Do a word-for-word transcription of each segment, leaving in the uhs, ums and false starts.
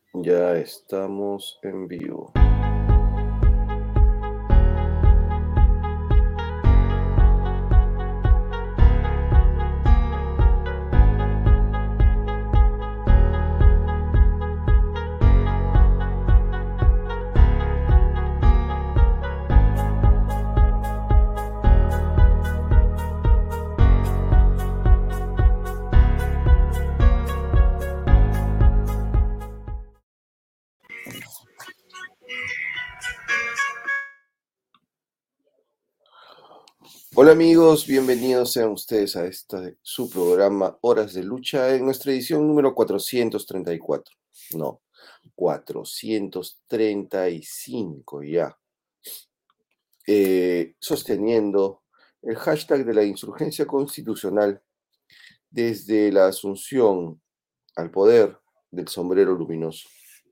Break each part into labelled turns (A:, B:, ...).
A: Ya estamos en vivo. Hola amigos, bienvenidos sean ustedes a este su programa Horas de Lucha en nuestra edición número cuatrocientos treinta y cuatro. No, cuatrocientos treinta y cinco ya. Eh, sosteniendo el hashtag de la insurgencia constitucional desde la asunción al poder del sombrero luminoso.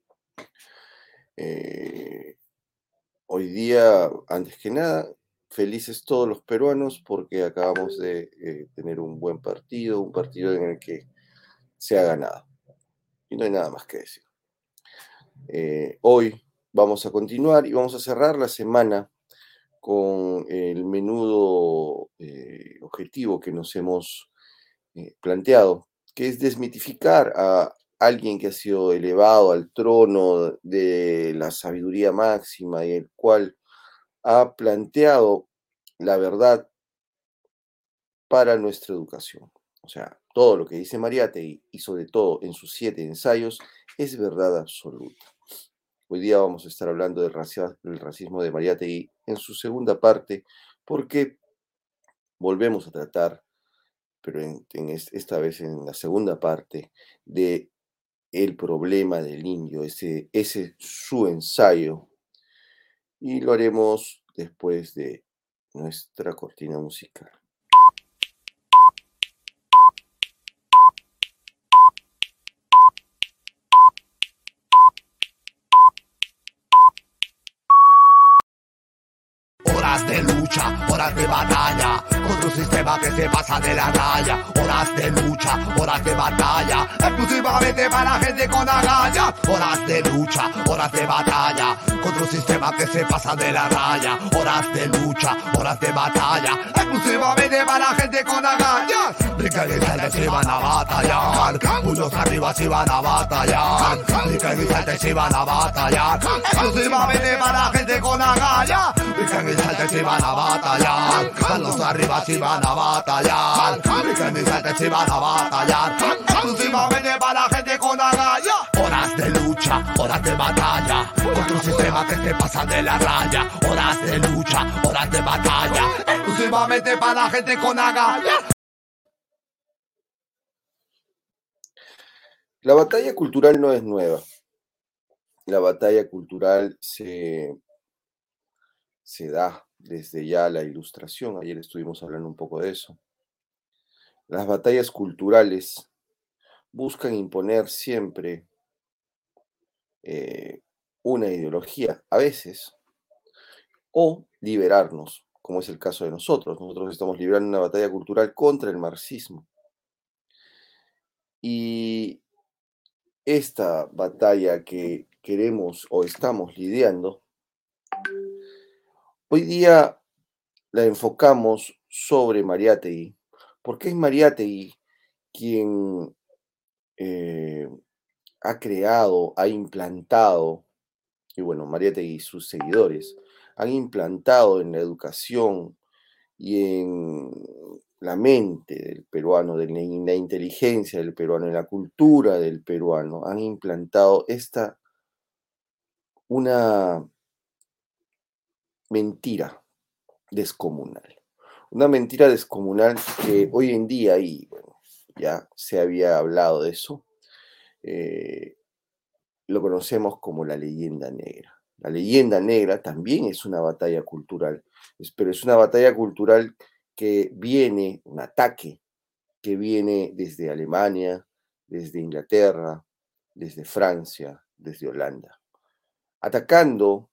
A: Eh, hoy día, antes que nada, felices todos los peruanos porque acabamos de eh, tener un buen partido, un partido en el que se ha ganado. Y no hay nada más que decir. Eh, hoy vamos a continuar y vamos a cerrar la semana con el menudo eh, objetivo que nos hemos eh, planteado, que es desmitificar a alguien que ha sido elevado al trono de la sabiduría máxima y el cual ha planteado la verdad para nuestra educación. O sea, todo lo que dice Mariátegui y sobre todo en sus siete ensayos es verdad absoluta. Hoy día vamos a estar hablando del, racia- del racismo de Mariátegui en su segunda parte porque volvemos a tratar, pero en, en es- esta vez en la segunda parte, de el problema del indio, ese, ese su ensayo, y lo haremos después de nuestra cortina musical.
B: Horas de lucha, horas de batalla, contra un sistema que se pasa de la raya. Horas de lucha, horas de batalla, exclusivamente para gente con agallas. Horas de lucha, horas de batalla, contra un sistema que se pasa de la raya. Horas de lucha, horas de batalla, exclusivamente para gente con agallas. Rica y Vicente se van a batallar, puños arriba se van a batallar. Rica y Vicente se van a batallar, exclusivamente para gente con agallas. Rica y Vicente se van a batallar, a los de arriba se van a batallar. Rica y Vicente se van a batallar, exclusivamente para gente con agallas. Horas de lucha, horas de batalla, contra un sistema que se pasa de la raya. Horas de lucha, horas de batalla, exclusivamente para gente con agallas.
A: La batalla cultural no es nueva. La batalla cultural se, se da desde ya la Ilustración. Ayer estuvimos hablando un poco de eso. Las batallas culturales buscan imponer siempre eh, una ideología, a veces, o liberarnos, como es el caso de nosotros. Nosotros estamos librando una batalla cultural contra el marxismo. Y esta batalla que queremos o estamos lidiando, hoy día la enfocamos sobre Mariátegui, porque es Mariátegui quien eh, ha creado, ha implantado, y bueno, Mariátegui y sus seguidores han implantado en la educación y en la mente del peruano, en la inteligencia del peruano, en la cultura del peruano, han implantado esta, una mentira descomunal. Una mentira descomunal que hoy en día, y bueno, ya se había hablado de eso, eh, lo conocemos como la leyenda negra. La leyenda negra también es una batalla cultural, pero es una batalla cultural que viene, un ataque que viene desde Alemania, desde Inglaterra, desde Francia, desde Holanda, atacando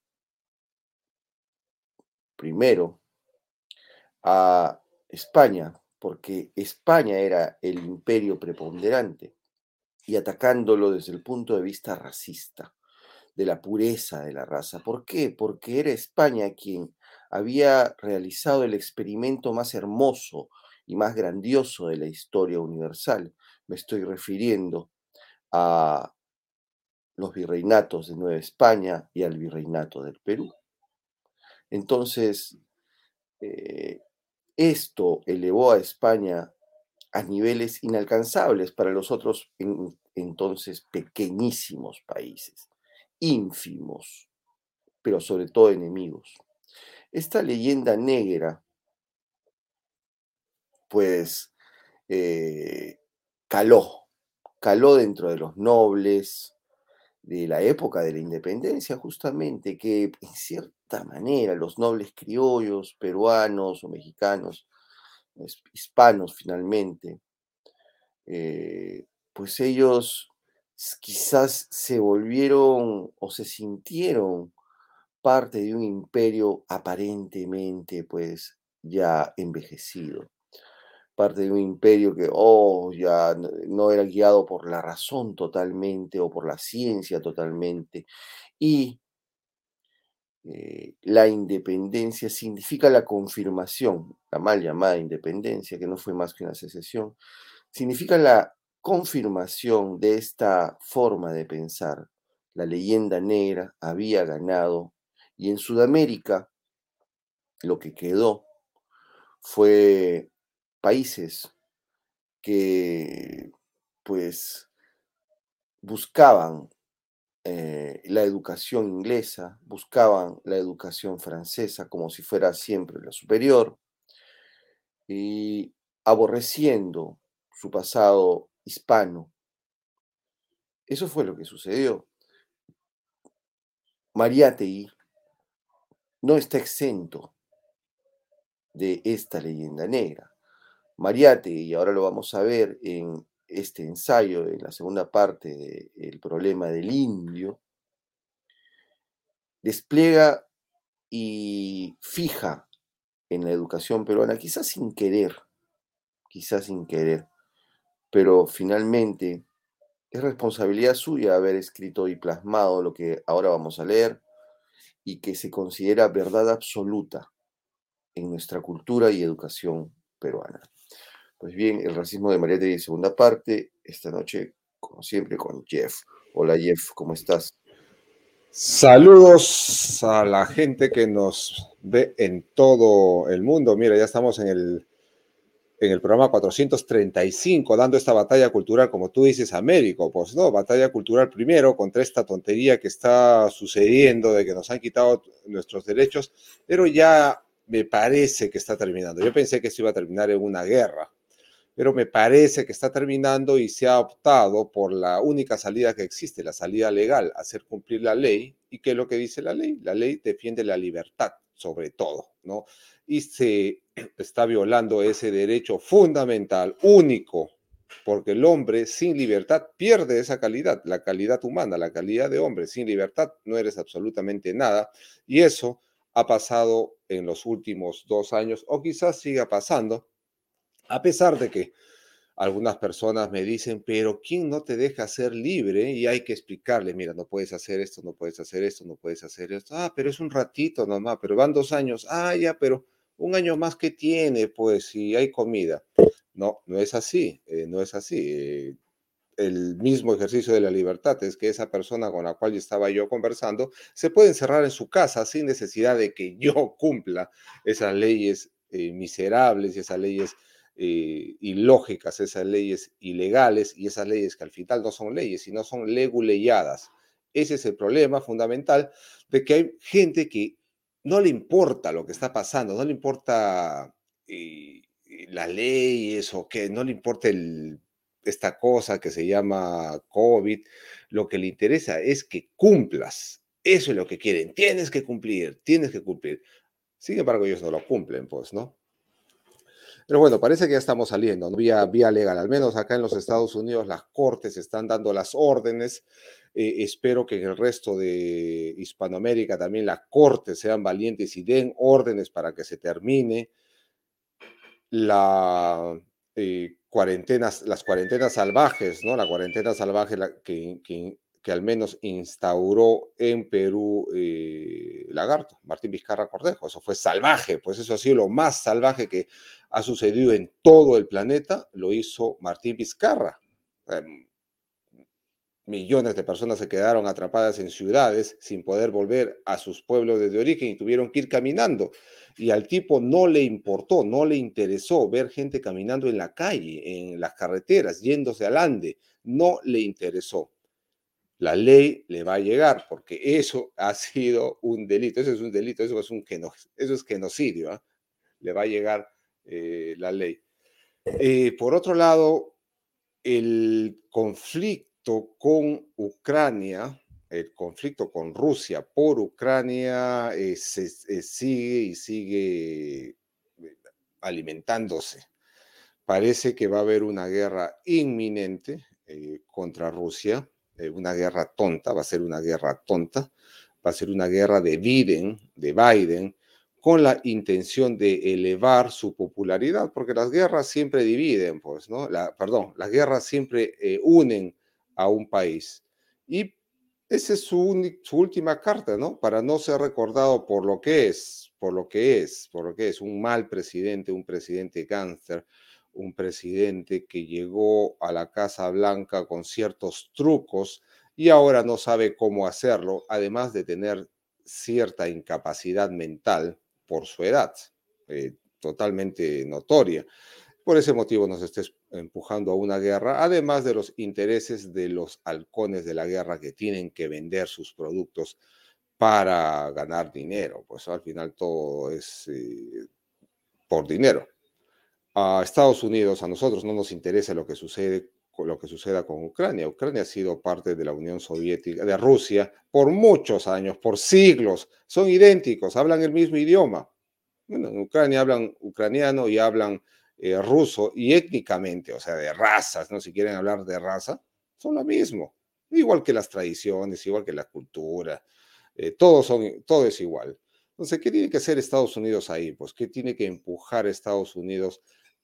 A: primero a España, porque España era el imperio preponderante. y atacándolo desde el punto de vista racista, de la pureza de la raza. ¿Por qué? Porque era España quien había realizado el experimento más hermoso y más grandioso de la historia universal. Me estoy refiriendo a los virreinatos de Nueva España y al virreinato del Perú. Entonces, eh, esto elevó a España a niveles inalcanzables para los otros en- entonces pequeñísimos países, ínfimos, pero sobre todo enemigos. Esta leyenda negra, pues, eh, caló, caló dentro de los nobles de la época de la independencia, justamente, que en cierta manera los nobles criollos, peruanos o mexicanos, es- hispanos finalmente, eh, pues ellos s- quizás se volvieron o se sintieron parte de un imperio aparentemente pues ya envejecido, parte de un imperio que, oh, ya no no era guiado por la razón totalmente o por la ciencia totalmente. Y eh, la independencia significa la confirmación, la mal llamada independencia, que no fue más que una secesión, significa la confirmación de esta forma de pensar. La leyenda negra había ganado y en Sudamérica lo que quedó fue países que pues buscaban eh, la educación inglesa, buscaban la educación francesa como si fuera siempre la superior y aborreciendo su pasado hispano. Eso fue lo que sucedió. Mariátegui no está exento de esta leyenda negra. Mariátegui, y ahora lo vamos a ver en este ensayo, en la segunda parte del problema del indio, despliega y fija en la educación peruana, quizás sin querer, quizás sin querer, pero finalmente es responsabilidad suya haber escrito y plasmado lo que ahora vamos a leer y que se considera verdad absoluta en nuestra cultura y educación peruana. Pues bien, el racismo de Mariátegui, segunda parte, esta noche, como siempre, con Jeff. Hola Jeff, ¿cómo estás?
C: Saludos a la gente que nos ve en todo el mundo. Mira, ya estamos en el, en el programa cuatrocientos treinta y cinco, dando esta batalla cultural, como tú dices, Américo. Pues no, batalla cultural primero contra esta tontería que está sucediendo de que nos han quitado nuestros derechos, pero ya me parece que está terminando. Yo pensé que esto iba a terminar en una guerra, pero me parece que está terminando y se ha optado por la única salida que existe, la salida legal, hacer cumplir la ley. ¿Y qué es lo que dice la ley? La ley defiende la libertad, sobre todo, ¿no? Y se está violando ese derecho fundamental, único, porque el hombre sin libertad pierde esa calidad, la calidad humana, la calidad de hombre. Sin libertad no eres absolutamente nada, y eso ha pasado en los últimos dos años, o quizás siga pasando, a pesar de que algunas personas me dicen, pero ¿quién no te deja ser libre? Y hay que explicarle, mira, no puedes hacer esto, no puedes hacer esto, no puedes hacer esto. Ah, pero es un ratito nomás, pero van dos años. Ah, ya, pero un año más que tiene, pues, si hay comida. No, no es así, eh, no es así. Eh, el mismo ejercicio de la libertad es que esa persona con la cual estaba yo conversando se puede encerrar en su casa sin necesidad de que yo cumpla esas leyes eh, miserables y esas leyes eh, ilógicas, esas leyes ilegales y esas leyes que al final no son leyes, sino son leguleyadas. Ese es el problema fundamental de que hay gente que no le importa lo que está pasando, no le importa eh, las leyes o que no le importa el esta cosa que se llama COVID, lo que le interesa es que cumplas. Eso es lo que quieren. Tienes que cumplir, tienes que cumplir. Sin embargo, ellos no lo cumplen, pues, ¿no? Pero bueno, parece que ya estamos saliendo, ¿no? Vía, vía legal. Al menos acá en los Estados Unidos las cortes están dando las órdenes. Eh, espero que en el resto de Hispanoamérica también las cortes sean valientes y den órdenes para que se termine la eh, cuarentenas, las cuarentenas salvajes, ¿no? La cuarentena salvaje la, que, que, que, al menos instauró en Perú eh, Lagarto, Martín Vizcarra Cornejo. Eso fue salvaje, pues eso ha sido lo más salvaje que ha sucedido en todo el planeta, lo hizo Martín Vizcarra. Eh, Millones de personas se quedaron atrapadas en ciudades sin poder volver a sus pueblos de origen y tuvieron que ir caminando. Y al tipo no le importó, no le interesó ver gente caminando en la calle, en las carreteras, yéndose al ande. No le interesó. La ley le va a llegar porque eso ha sido un delito. Eso es un delito, eso es, un geno, eso es genocidio. ¿eh? Le va a llegar eh, la ley. Eh, por otro lado, el conflicto con Ucrania, el conflicto con Rusia por Ucrania eh, se, eh, sigue y sigue eh, alimentándose. Parece que va a haber una guerra inminente eh, contra Rusia, eh, una guerra tonta, va a ser una guerra tonta, va a ser una guerra de Biden, de Biden, con la intención de elevar su popularidad, porque las guerras siempre dividen, pues, ¿no? La, perdón, las guerras siempre eh, unen a un país. Y esa es su, su última carta, ¿no? Para no ser recordado por lo que es, por lo que es, por lo que es un mal presidente, un presidente cáncer, un presidente que llegó a la Casa Blanca con ciertos trucos y ahora no sabe cómo hacerlo, además de tener cierta incapacidad mental por su edad, eh, totalmente notoria. Por ese motivo nos está empujando a una guerra, además de los intereses de los halcones de la guerra que tienen que vender sus productos para ganar dinero. Pues al final todo es eh, por dinero. A Estados Unidos, a nosotros no nos interesa lo que sucede lo que suceda con Ucrania. Ucrania ha sido parte de la Unión Soviética, de Rusia, por muchos años, por siglos. Son idénticos, hablan el mismo idioma. Bueno, en Ucrania hablan ucraniano y hablan eh, ruso, y étnicamente, o sea, de razas, ¿no? Si quieren hablar de raza, son lo mismo. Igual que las tradiciones, igual que la cultura, eh, todo, son, todo es igual. Entonces, ¿qué tiene que hacer Estados Unidos ahí? Pues, ¿qué tiene que empujar Estados Unidos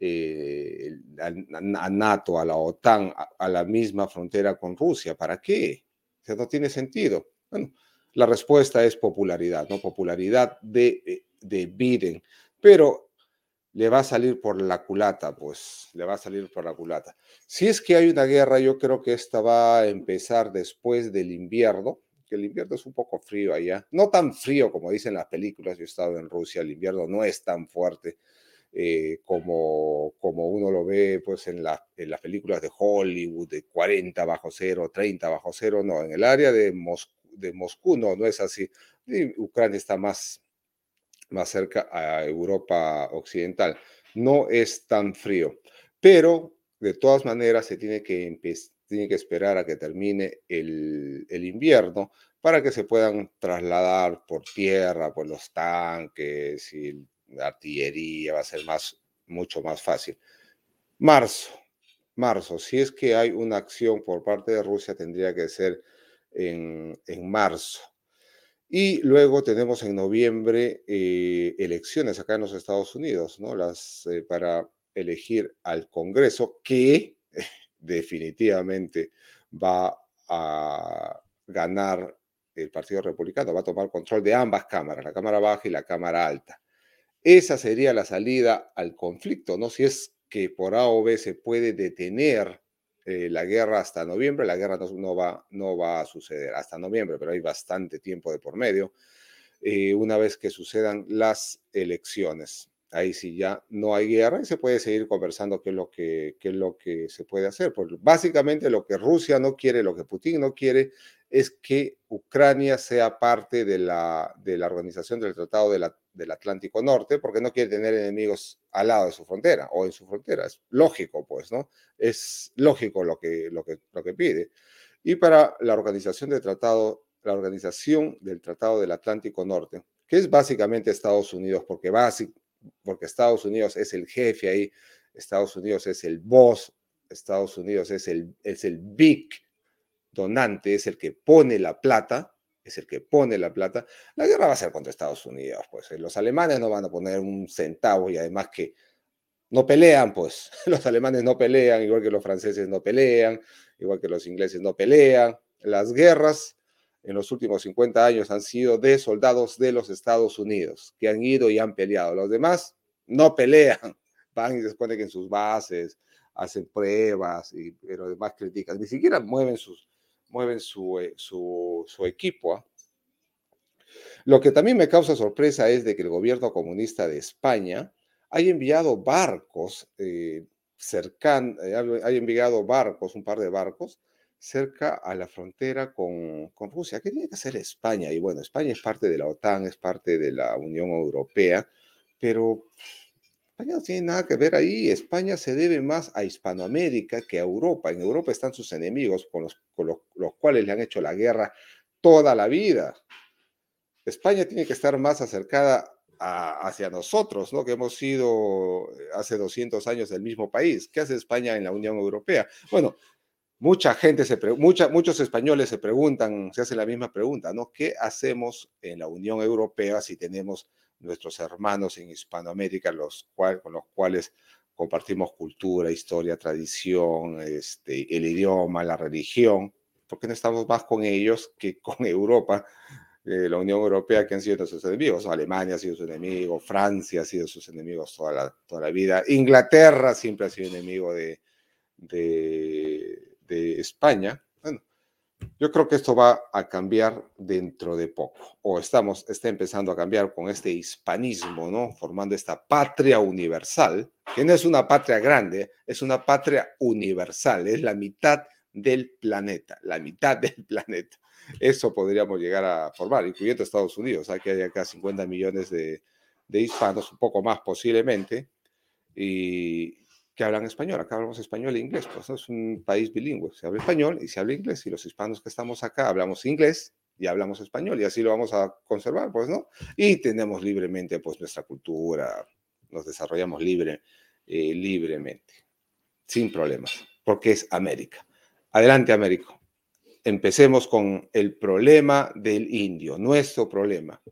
C: eh, a, a, NATO, a la OTAN, a, a la misma frontera con Rusia? ¿Para qué? O sea, no tiene sentido. Bueno, la respuesta es popularidad, ¿no? Popularidad de, de Biden, pero le va a salir por la culata, pues, le va a salir por la culata. Si es que hay una guerra, yo creo que esta va a empezar después del invierno, que el invierno es un poco frío allá, no tan frío como dicen las películas. Yo he estado en Rusia, el invierno no es tan fuerte eh, como, como uno lo ve pues en, la, en las películas de Hollywood, de cuarenta bajo cero, treinta bajo cero, no, en el área de, Mos de Moscú no, no es así. Y Ucrania está más, más cerca a Europa occidental, no es tan frío, pero de todas maneras se tiene que, tiene que esperar a que termine el, el invierno para que se puedan trasladar por tierra, por los tanques y la artillería, va a ser más, mucho más fácil. Marzo, marzo, si es que hay una acción por parte de Rusia, tendría que ser en, en marzo. Y luego tenemos en noviembre eh, elecciones acá en los Estados Unidos, ¿no? Las, eh, para elegir al Congreso, que eh, definitivamente va a ganar el Partido Republicano, va a tomar control de ambas cámaras, la Cámara Baja y la Cámara Alta. Esa sería la salida al conflicto, ¿no? Si es que por A o B se puede detener eh, la guerra hasta noviembre, la guerra no, no, va, no va a suceder hasta noviembre, pero hay bastante tiempo de por medio, eh, una vez que sucedan las elecciones. Ahí sí ya no hay guerra y se puede seguir conversando qué es lo que, qué es lo que se puede hacer. Porque básicamente lo que Rusia no quiere, lo que Putin no quiere, es que Ucrania sea parte de la, de la organización del Tratado de la, del Atlántico Norte, porque no quiere tener enemigos al lado de su frontera o en su frontera. Es lógico, pues, ¿no? Es lógico lo que, lo que, lo que pide. Y para la organización del tratado, la organización del Tratado del Atlántico Norte, que es básicamente Estados Unidos, porque, basic, porque Estados Unidos es el jefe ahí, Estados Unidos es el boss, Estados Unidos es el, es el big donante, es el que pone la plata, es el que pone la plata. La guerra va a ser contra Estados Unidos, pues los alemanes no van a poner un centavo y además que no pelean, pues. Los alemanes no pelean, igual que los franceses no pelean, igual que los ingleses no pelean. Las guerras en los últimos cincuenta años han sido de soldados de los Estados Unidos, que han ido y han peleado. Los demás no pelean, van y se esconden en sus bases, hacen pruebas, y, pero además critican. Ni siquiera mueven, sus, mueven su, eh, su, su equipo. ¿eh? Lo que también me causa sorpresa es de que el gobierno comunista de España haya enviado barcos eh, cercan, eh, haya enviado barcos, un par de barcos, cerca a la frontera con, con Rusia. ¿Qué tiene que hacer España? Y bueno, España es parte de la OTAN, es parte de la Unión Europea, pero España no tiene nada que ver ahí. España se debe más a Hispanoamérica que a Europa. En Europa están sus enemigos con los, con los, los cuales le han hecho la guerra toda la vida. España tiene que estar más acercada a, hacia nosotros, ¿no? Que hemos sido hace doscientos años el mismo país. ¿Qué hace España en la Unión Europea? Bueno, mucha gente, se mucha, muchos españoles se preguntan, se hacen la misma pregunta, ¿no? ¿Qué hacemos en la Unión Europea si tenemos nuestros hermanos en Hispanoamérica, los cual, con los cuales compartimos cultura, historia, tradición, este, el idioma, la religión? ¿Por qué no estamos más con ellos que con Europa? Eh, la Unión Europea, que han sido sus enemigos. Alemania ha sido su enemigo, Francia ha sido sus enemigos toda la, toda la vida, Inglaterra siempre ha sido enemigo de, de, de España. Bueno, yo creo que esto va a cambiar dentro de poco, o estamos, está empezando a cambiar con este hispanismo, ¿no? Formando esta patria universal, que no es una patria grande, es una patria universal, es la mitad del planeta, la mitad del planeta. Eso podríamos llegar a formar, incluyendo Estados Unidos, hay que hay acá cincuenta millones de, de hispanos, un poco más posiblemente, y que hablan español. Acá hablamos español e inglés, pues ¿no? Es un país bilingüe, se habla español y se habla inglés, y los hispanos que estamos acá hablamos inglés y hablamos español, y así lo vamos a conservar, pues, ¿no? Y tenemos libremente, pues, nuestra cultura, nos desarrollamos libre, eh, libremente, sin problemas, porque es América. Adelante, Américo. Empecemos con el problema del indio, nuestro problema.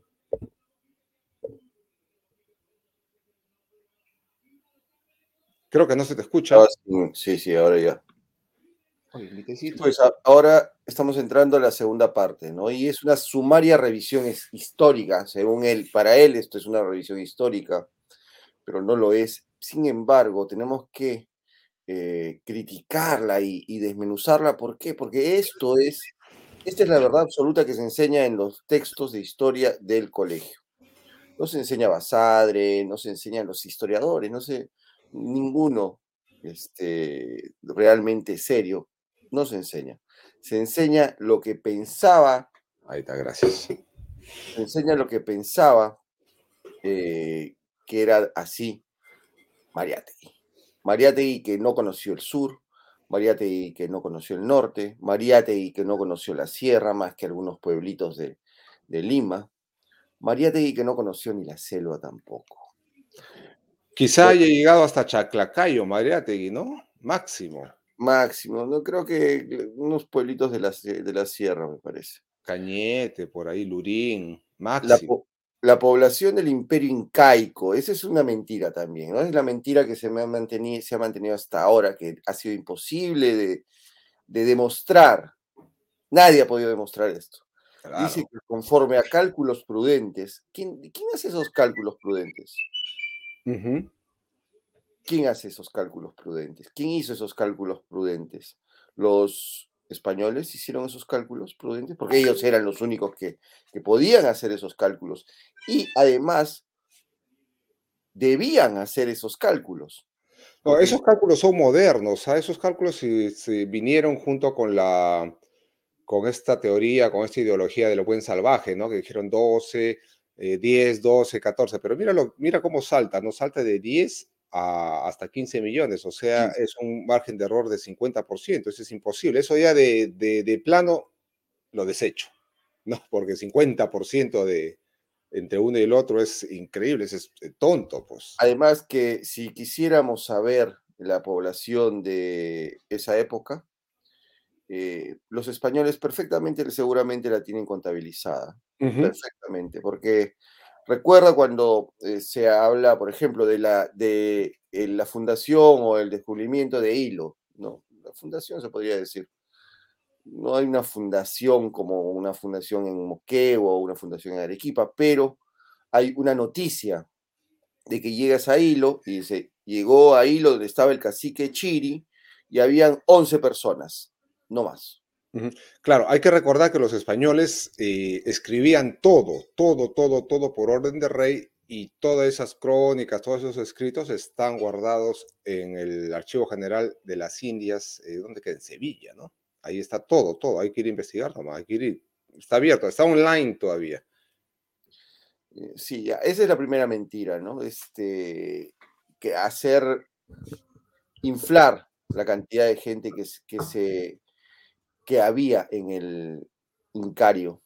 C: Creo que no se te escucha.
A: Sí, sí, ahora ya.
C: Oye,
A: Sí, pues a, ahora estamos entrando a la segunda parte, ¿no? Y es una sumaria revisión es, histórica, según él. Para él esto es una revisión histórica, pero no lo es. Sin embargo, tenemos que eh, criticarla y, y desmenuzarla. ¿Por qué? Porque esto es, esta es la verdad absoluta que se enseña en los textos de historia del colegio. No se enseña Basadre, no se enseñan los historiadores, no sé, ninguno este, realmente serio, no se enseña. Se enseña lo que pensaba.
C: Ahí está, gracias.
A: Se enseña lo que pensaba eh, que era así Mariátegui. Mariátegui que no conoció el sur, Mariátegui que no conoció el norte, Mariátegui que no conoció la sierra más que algunos pueblitos de, de Lima, Mariátegui que no conoció ni la selva tampoco.
C: Quizá haya llegado hasta Chaclacayo, Mariátegui, ¿no? Máximo.
A: Máximo, no creo que unos pueblitos de la, de la sierra, me parece.
C: Cañete, por ahí, Lurín,
A: La,
C: máximo.
A: po la población del imperio incaico, esa es una mentira también, ¿no? Es la mentira que se, me ha, mantenido, se ha mantenido hasta ahora, que ha sido imposible de, de demostrar. Nadie ha podido demostrar esto.
C: Claro.
A: Dice que conforme a cálculos prudentes, ¿quién, ¿quién hace esos cálculos prudentes?
C: Uh-huh.
A: ¿Quién hace esos cálculos prudentes? ¿Quién hizo esos cálculos prudentes? ¿Los españoles hicieron esos cálculos prudentes? Porque ellos eran los únicos que, que podían hacer esos cálculos. Y además, debían hacer esos cálculos.
C: No, esos cálculos son modernos, ¿sabes? Esos cálculos se, se vinieron junto con la, con esta teoría, con esta ideología de lo buen salvaje, ¿no? Que dijeron doce, eh, diez, doce, catorce, pero míralo, mira cómo salta, ¿no? Salta de diez a hasta quince millones, o sea,
A: Sí.
C: es un margen de error de cincuenta por ciento, eso es imposible, eso ya de, de, de plano lo desecho, ¿no? Porque cincuenta por ciento de entre uno y el otro es increíble, es, es tonto, pues.
A: Además que si quisiéramos saber la población de esa época, eh, los españoles perfectamente, seguramente la tienen contabilizada.
C: Uh-huh.
A: Perfectamente, porque Recuerda cuando eh, se habla, por ejemplo, de la, de eh, la fundación o el descubrimiento de Hilo, ¿no? La fundación se podría decir. No hay una fundación como una fundación en Moquegua o una fundación en Arequipa, pero hay una noticia de que llegas a Hilo y dice, llegó a Hilo donde estaba el cacique Chiri y habían once personas, no más.
C: Ujú. Claro, hay que recordar que los españoles eh, escribían todo, todo, todo, todo por orden de rey y todas esas crónicas, todos esos escritos están guardados en el Archivo General de las Indias, eh, ¿dónde queda? En Sevilla, ¿no? Ahí está todo, todo, hay que ir a investigar nomás, hay que ir, está abierto, está online todavía.
A: Eh, Sí, ya, esa es la primera mentira, ¿no? Este, que hacer inflar la cantidad de gente que, s- que, se, que había en el Incario.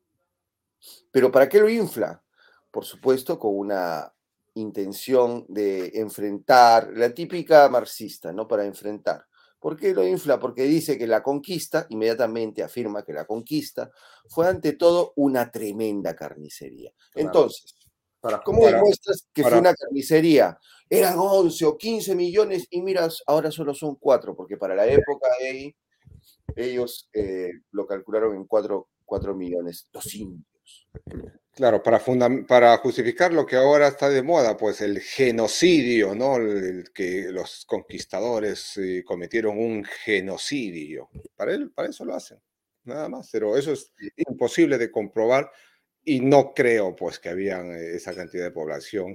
A: Pero ¿para qué lo infla? Por supuesto, con una intención de enfrentar, la típica marxista, ¿no? Para enfrentar. ¿Por qué lo infla? Porque dice que la conquista, inmediatamente afirma que la conquista fue ante todo una tremenda carnicería.
C: Claro,
A: Entonces,
C: para,
A: ¿cómo
C: para,
A: demuestras que fue
C: para,
A: una carnicería? Eran once o quince millones y miras, ahora solo son cuatro, porque para la época eh, ellos eh, lo calcularon en cuatro millones, los indios.
C: Claro, para, fundam- para justificar lo que ahora está de moda, pues el genocidio, ¿no? El, el que los conquistadores eh, cometieron un genocidio. Para él, para eso lo hacen, nada más. Pero eso es imposible de comprobar y no creo, pues, que habían eh, esa cantidad de población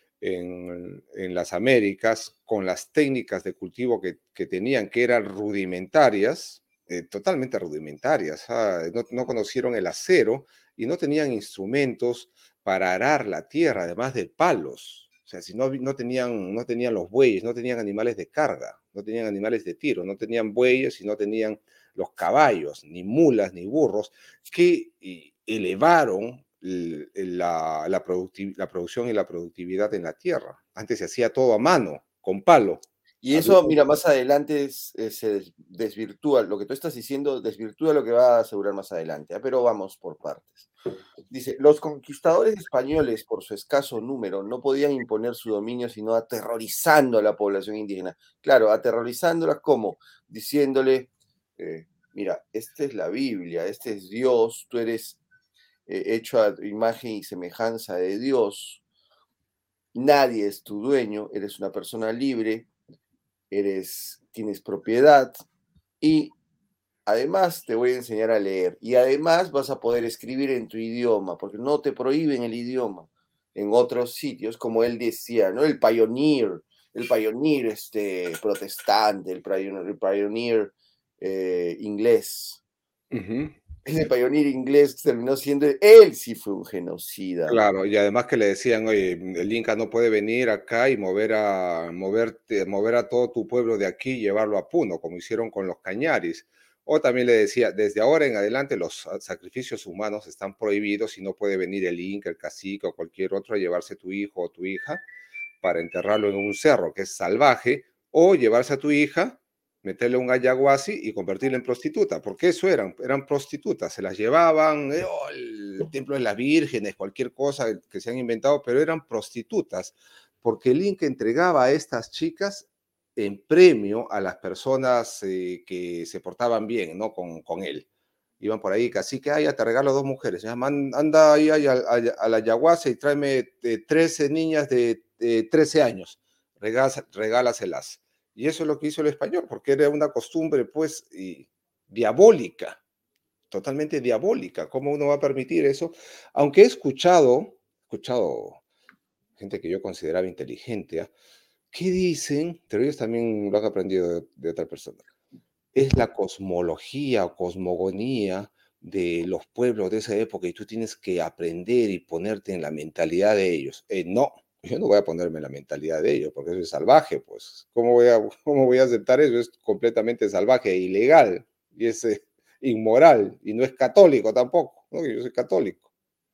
C: en, en las Américas con las técnicas de cultivo que, que tenían, que eran rudimentarias, eh, totalmente rudimentarias. Ah, no, no conocieron el acero y no tenían instrumentos para arar la tierra, además de palos. O sea, si no, no, tenían, no tenían los bueyes, no tenían animales de carga, no tenían animales de tiro, no tenían bueyes y no tenían los caballos, ni mulas, ni burros, que eh, elevaron la, la, la, producción y la productividad en la tierra. Antes se hacía todo a mano, con palo.
A: Y
C: Había...
A: eso, mira, más adelante es, es, se desvirtúa, lo que tú estás diciendo desvirtúa lo que va a asegurar más adelante, ¿eh? Pero vamos por partes. Dice, los conquistadores españoles, por su escaso número, no podían imponer su dominio sino aterrorizando a la población indígena. Claro, aterrorizándola como diciéndole, eh, mira, esta es la Biblia, este es Dios, tú eres eh, hecho a imagen y semejanza de Dios, nadie es tu dueño, eres una persona libre, eres, tienes propiedad y además te voy a enseñar a leer y además vas a poder escribir en tu idioma, porque no te prohíben el idioma en otros sitios, como él decía, ¿no? El pioneer, el pioneer este, protestante, el pioneer, el pioneer eh, inglés.
C: Uh -huh.
A: Ese pioneer inglés terminó siendo, él sí fue un genocida.
C: Claro, y además que le decían, oye, el Inca no puede venir acá y mover a, moverte, mover a todo tu pueblo de aquí y llevarlo a Puno, como hicieron con los cañaris. O también le decía, desde ahora en adelante los sacrificios humanos están prohibidos y no puede venir el Inca, el cacique o cualquier otro a llevarse tu hijo o tu hija para enterrarlo en un cerro que es salvaje, o llevarse a tu hija, meterle un ayahuasí y convertirla en prostituta, porque eso eran, eran prostitutas, se las llevaban, eh, oh, el templo de las vírgenes, cualquier cosa que se han inventado, pero eran prostitutas, porque el Inca entregaba a estas chicas en premio a las personas eh, que se portaban bien, ¿no? Con, con él. Iban por ahí, casi que, ay, ya te regalo dos mujeres, ya, man, anda ahí, ahí a, a, a, la yaguasa y tráeme eh, trece niñas de eh, trece años, regás, regálaselas. Y eso es lo que hizo el español, porque era una costumbre, pues, y, diabólica, totalmente diabólica. ¿Cómo uno va a permitir eso? Aunque he escuchado, escuchado gente que yo consideraba inteligente, ¿eh? ¿Qué dicen? Pero ellos también lo han aprendido de, de otra persona. Es la cosmología o cosmogonía de los pueblos de esa época y tú tienes que aprender y ponerte en la mentalidad de ellos. Eh, no, yo no voy a ponerme en la mentalidad de ellos porque eso es salvaje, pues. ¿Cómo voy a, cómo voy a aceptar eso? Es completamente salvaje e ilegal y es eh, inmoral y no es católico tampoco, ¿no? Yo soy católico.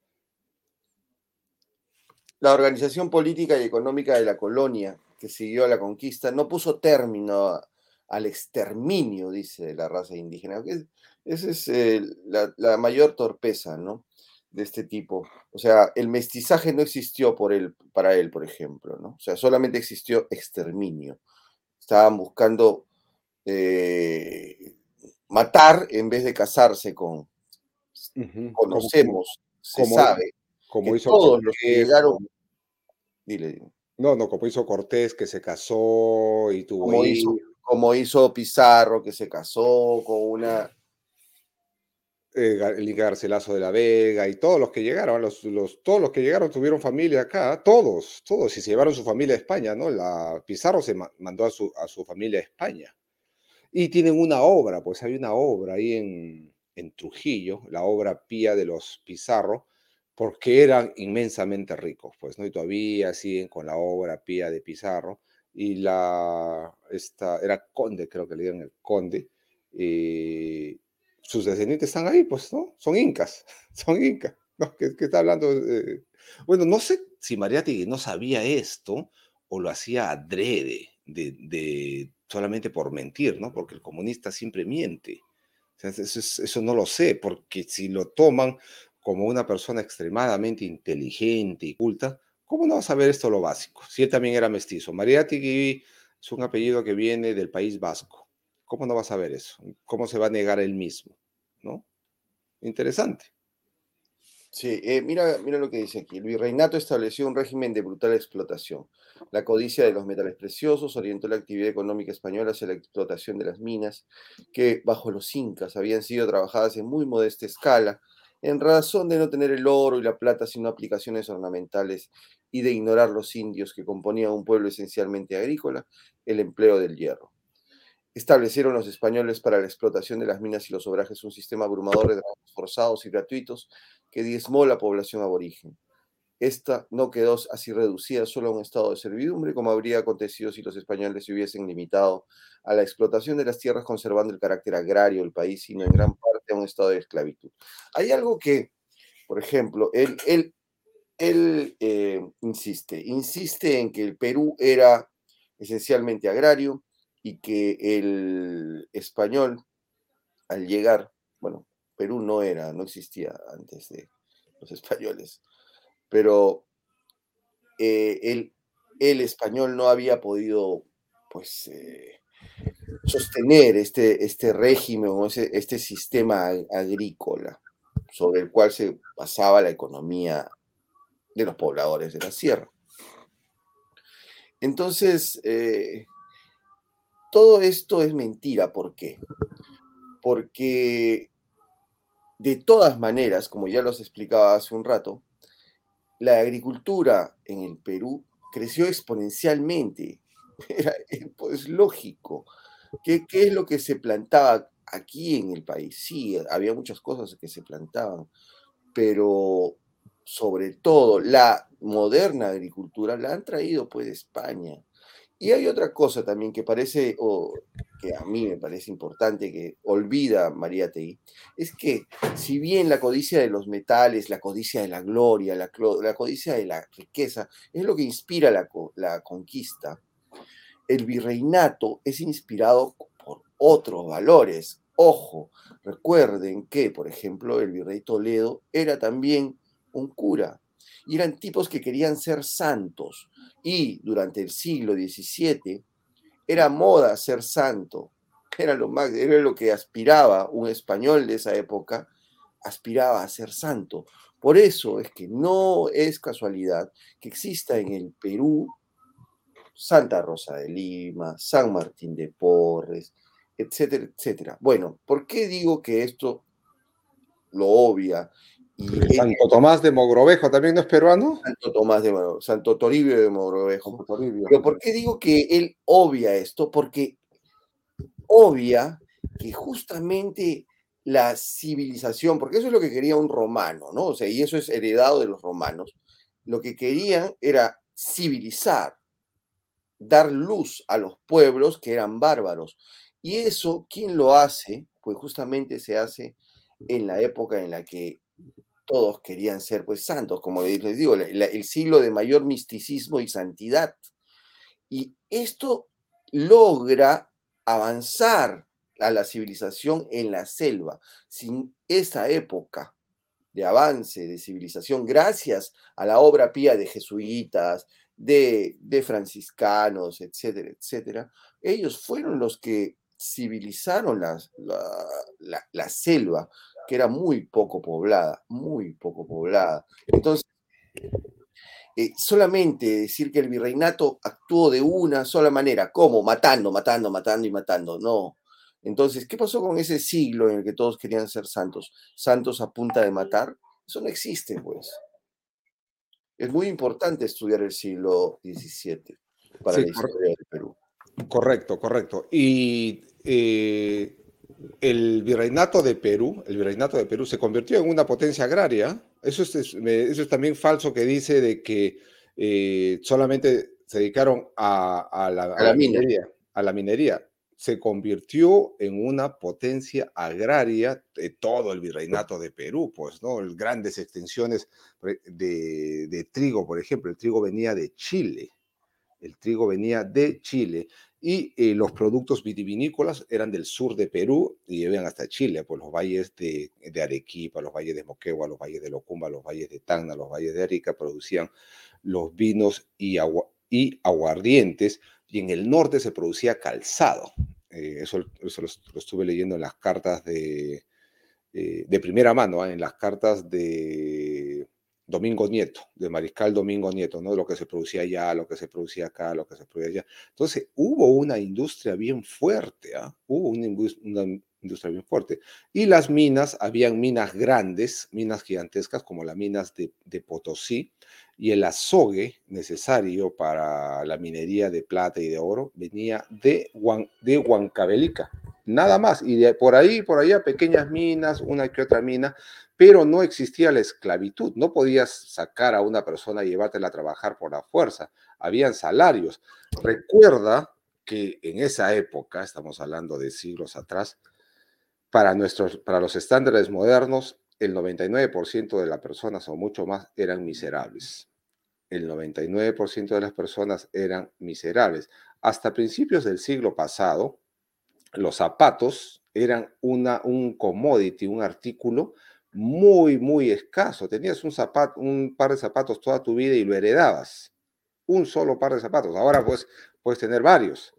A: La organización política y económica de la colonia que siguió a la conquista no puso término al exterminio, dice la raza indígena. Esa es eh, la, la, mayor torpeza, ¿no? de este tipo. O sea, el mestizaje no existió por él, para él, por ejemplo, ¿no? O sea, solamente existió exterminio. Estaban buscando eh, matar en vez de casarse con,
C: Ujú. Como, como,
A: conocemos, se
C: como,
A: sabe
C: como
A: que
C: hizo
A: todos los que
C: Cortés,
A: llegaron,
C: como-
A: dile, dile,
C: no, no, como hizo Cortés, que se casó y tuvo
A: como hizo,
C: hijos,
A: como hizo Pizarro, que se casó con una,
C: eh, Gar- el Garcilaso de la Vega y todos los que llegaron, los, los, todos los que llegaron tuvieron familia acá, todos, todos, y se llevaron su familia a España, ¿no? La, Pizarro se ma- mandó a su, a su familia a España. Y tienen una obra, pues hay una obra ahí en, en Trujillo, la obra Pía de los Pizarro, porque eran inmensamente ricos, pues, ¿no? Y todavía siguen con la obra Pía de Pizarro, y la, esta, era conde, creo que le dieron el conde, y sus descendientes están ahí, pues, ¿no? Son incas, son incas, ¿no? ¿Qué, qué está hablando? Eh, bueno, no sé si Mariátegui no sabía esto, o lo hacía adrede, de, de- solamente por mentir, ¿no? Porque el comunista siempre miente. O sea, eso, es- eso no lo sé, porque si lo toman como una persona extremadamente inteligente y culta, ¿cómo no va a saber esto lo básico? Si él también era mestizo. Mariátegui es un apellido que viene del País Vasco. ¿Cómo no va a saber eso? ¿Cómo se va a negar él mismo? ¿No? Interesante.
A: sí, eh, mira, mira lo que dice aquí. El virreinato estableció un régimen de brutal explotación. La codicia de los metales preciosos orientó la actividad económica española hacia la explotación de las minas, que bajo los incas habían sido trabajadas en muy modesta escala, en razón de no tener el oro y la plata sino aplicaciones ornamentales y de ignorar los indios que componían un pueblo esencialmente agrícola, el empleo del hierro. Establecieron los españoles para la explotación de las minas y los obrajes un sistema abrumador de trabajos forzados y gratuitos que diezmó la población aborigen. Esta no quedó así reducida solo a un estado de servidumbre, como habría acontecido si los españoles se hubiesen limitado a la explotación de las tierras, conservando el carácter agrario del país, sino en gran parte a un estado de esclavitud. Hay algo que, por ejemplo, él, él, él eh, insiste, insiste en que el Perú era esencialmente agrario y que el español, al llegar, bueno, Perú no era, no existía antes de los españoles, pero eh, el, el español no había podido, pues, eh, sostener este, este régimen o ese, este sistema agrícola sobre el cual se basaba la economía de los pobladores de la sierra. Entonces, eh, todo esto es mentira. ¿Por qué? Porque de todas maneras, como ya los explicaba hace un rato, la agricultura en el Perú creció exponencialmente. Era, pues lógico. ¿Qué, ¿Qué es lo que se plantaba aquí en el país? Sí, había muchas cosas que se plantaban, pero sobre todo la moderna agricultura la han traído pues de España. Y hay otra cosa también que parece, o que a mí me parece importante, que olvida María Tegui, es que si bien la codicia de los metales, la codicia de la gloria, la, la codicia de la riqueza, es lo que inspira la, la conquista, el virreinato es inspirado por otros valores. Ojo, recuerden que, por ejemplo, el virrey Toledo era también un cura y eran tipos que querían ser santos y durante el siglo diecisiete era moda ser santo, era lo, más, era lo que aspiraba un español de esa época, aspiraba a ser santo. Por eso es que no es casualidad que exista en el Perú Santa Rosa de Lima, San Martín de Porres, etcétera, etcétera. Bueno, ¿por qué digo que esto lo obvia? Y es
C: Santo Tomás de Mogrovejo también no es peruano.
A: Santo Tomás de Mogrovejo, Santo Toribio de Mogrovejo.
C: Santo Toribio.
A: Pero ¿por qué digo que él obvia esto? Porque obvia que justamente la civilización, porque eso es lo que quería un romano, ¿no? O sea, y eso es heredado de los romanos, lo que querían era civilizar, dar luz a los pueblos que eran bárbaros. Y eso, ¿quién lo hace? Pues justamente se hace en la época en la que todos querían ser pues santos, como les digo, la, la, el siglo de mayor misticismo y santidad. Y esto logra avanzar a la civilización en la selva. Sin esa época de avance, de civilización, gracias a la obra pía de jesuitas, de, de franciscanos, etcétera, etcétera. Ellos fueron los que civilizaron las- la, la, la selva, que era muy poco poblada, muy poco poblada. Entonces, eh, solamente decir que el virreinato actuó de una sola manera, ¿cómo? Matando, matando, matando y matando, no. Entonces, ¿qué pasó con ese siglo en el que todos querían ser santos? ¿Santos a punta de matar? Eso no existe, pues. Es muy importante estudiar el siglo diecisiete para
C: Sí,
A: la
C: cor-
A: historia del Perú.
C: correcto, correcto. Y eh, el virreinato de Perú, el virreinato de Perú se convirtió en una potencia agraria. Eso es, es- me- eso es también falso que dice de que eh, solamente se dedicaron a, a la,
A: A
C: a
A: la
C: la
A: mina.
C: minería, a la minería. Se convirtió en una potencia agraria de todo el virreinato de Perú, pues, ¿no? El grandes extensiones por- de, de trigo, por ejemplo. El trigo venía de Chile. El trigo venía de Chile y eh, los productos vitivinícolas eran del sur de Perú y llegan hasta Chile, por los valles de, de Arequipa, los valles de Moquegua, los valles de Locumba, los valles de Tacna, los valles de Arica, producían los vinos y, agua, y aguardientes, y en el norte se producía calzado. Eh, eso eso lo, lo, estuve leyendo en las cartas de, eh, de primera mano, ¿eh? En las cartas de Domingo Nieto, de Mariscal Domingo Nieto, ¿no? Lo que se producía allá, lo que se producía acá, lo que se producía allá. Entonces, hubo una industria bien fuerte, ¿eh? Hubo una, una industria bien fuerte. Y las minas, habían minas grandes, minas gigantescas, como las minas de, de Potosí, y el azogue necesario para la minería de plata y de oro venía de, Huan, de Huancavelica, nada más, y de por ahí, por allá, pequeñas minas, una que otra mina, pero no existía la esclavitud, no podías sacar a una persona y llevártela a trabajar por la fuerza, habían salarios. Recuerda que en esa época, estamos hablando de siglos atrás, para, nuestros, para los estándares modernos, el noventa y nueve por ciento de las personas o mucho más eran miserables. El noventa y nueve por ciento de las personas eran miserables. Hasta principios del siglo pasado, los zapatos eran una, un commodity, un artículo muy, muy escaso. Tenías un, zapato, un par de zapatos toda tu vida y lo heredabas. Un solo par de zapatos. Ahora pues, puedes tener varios.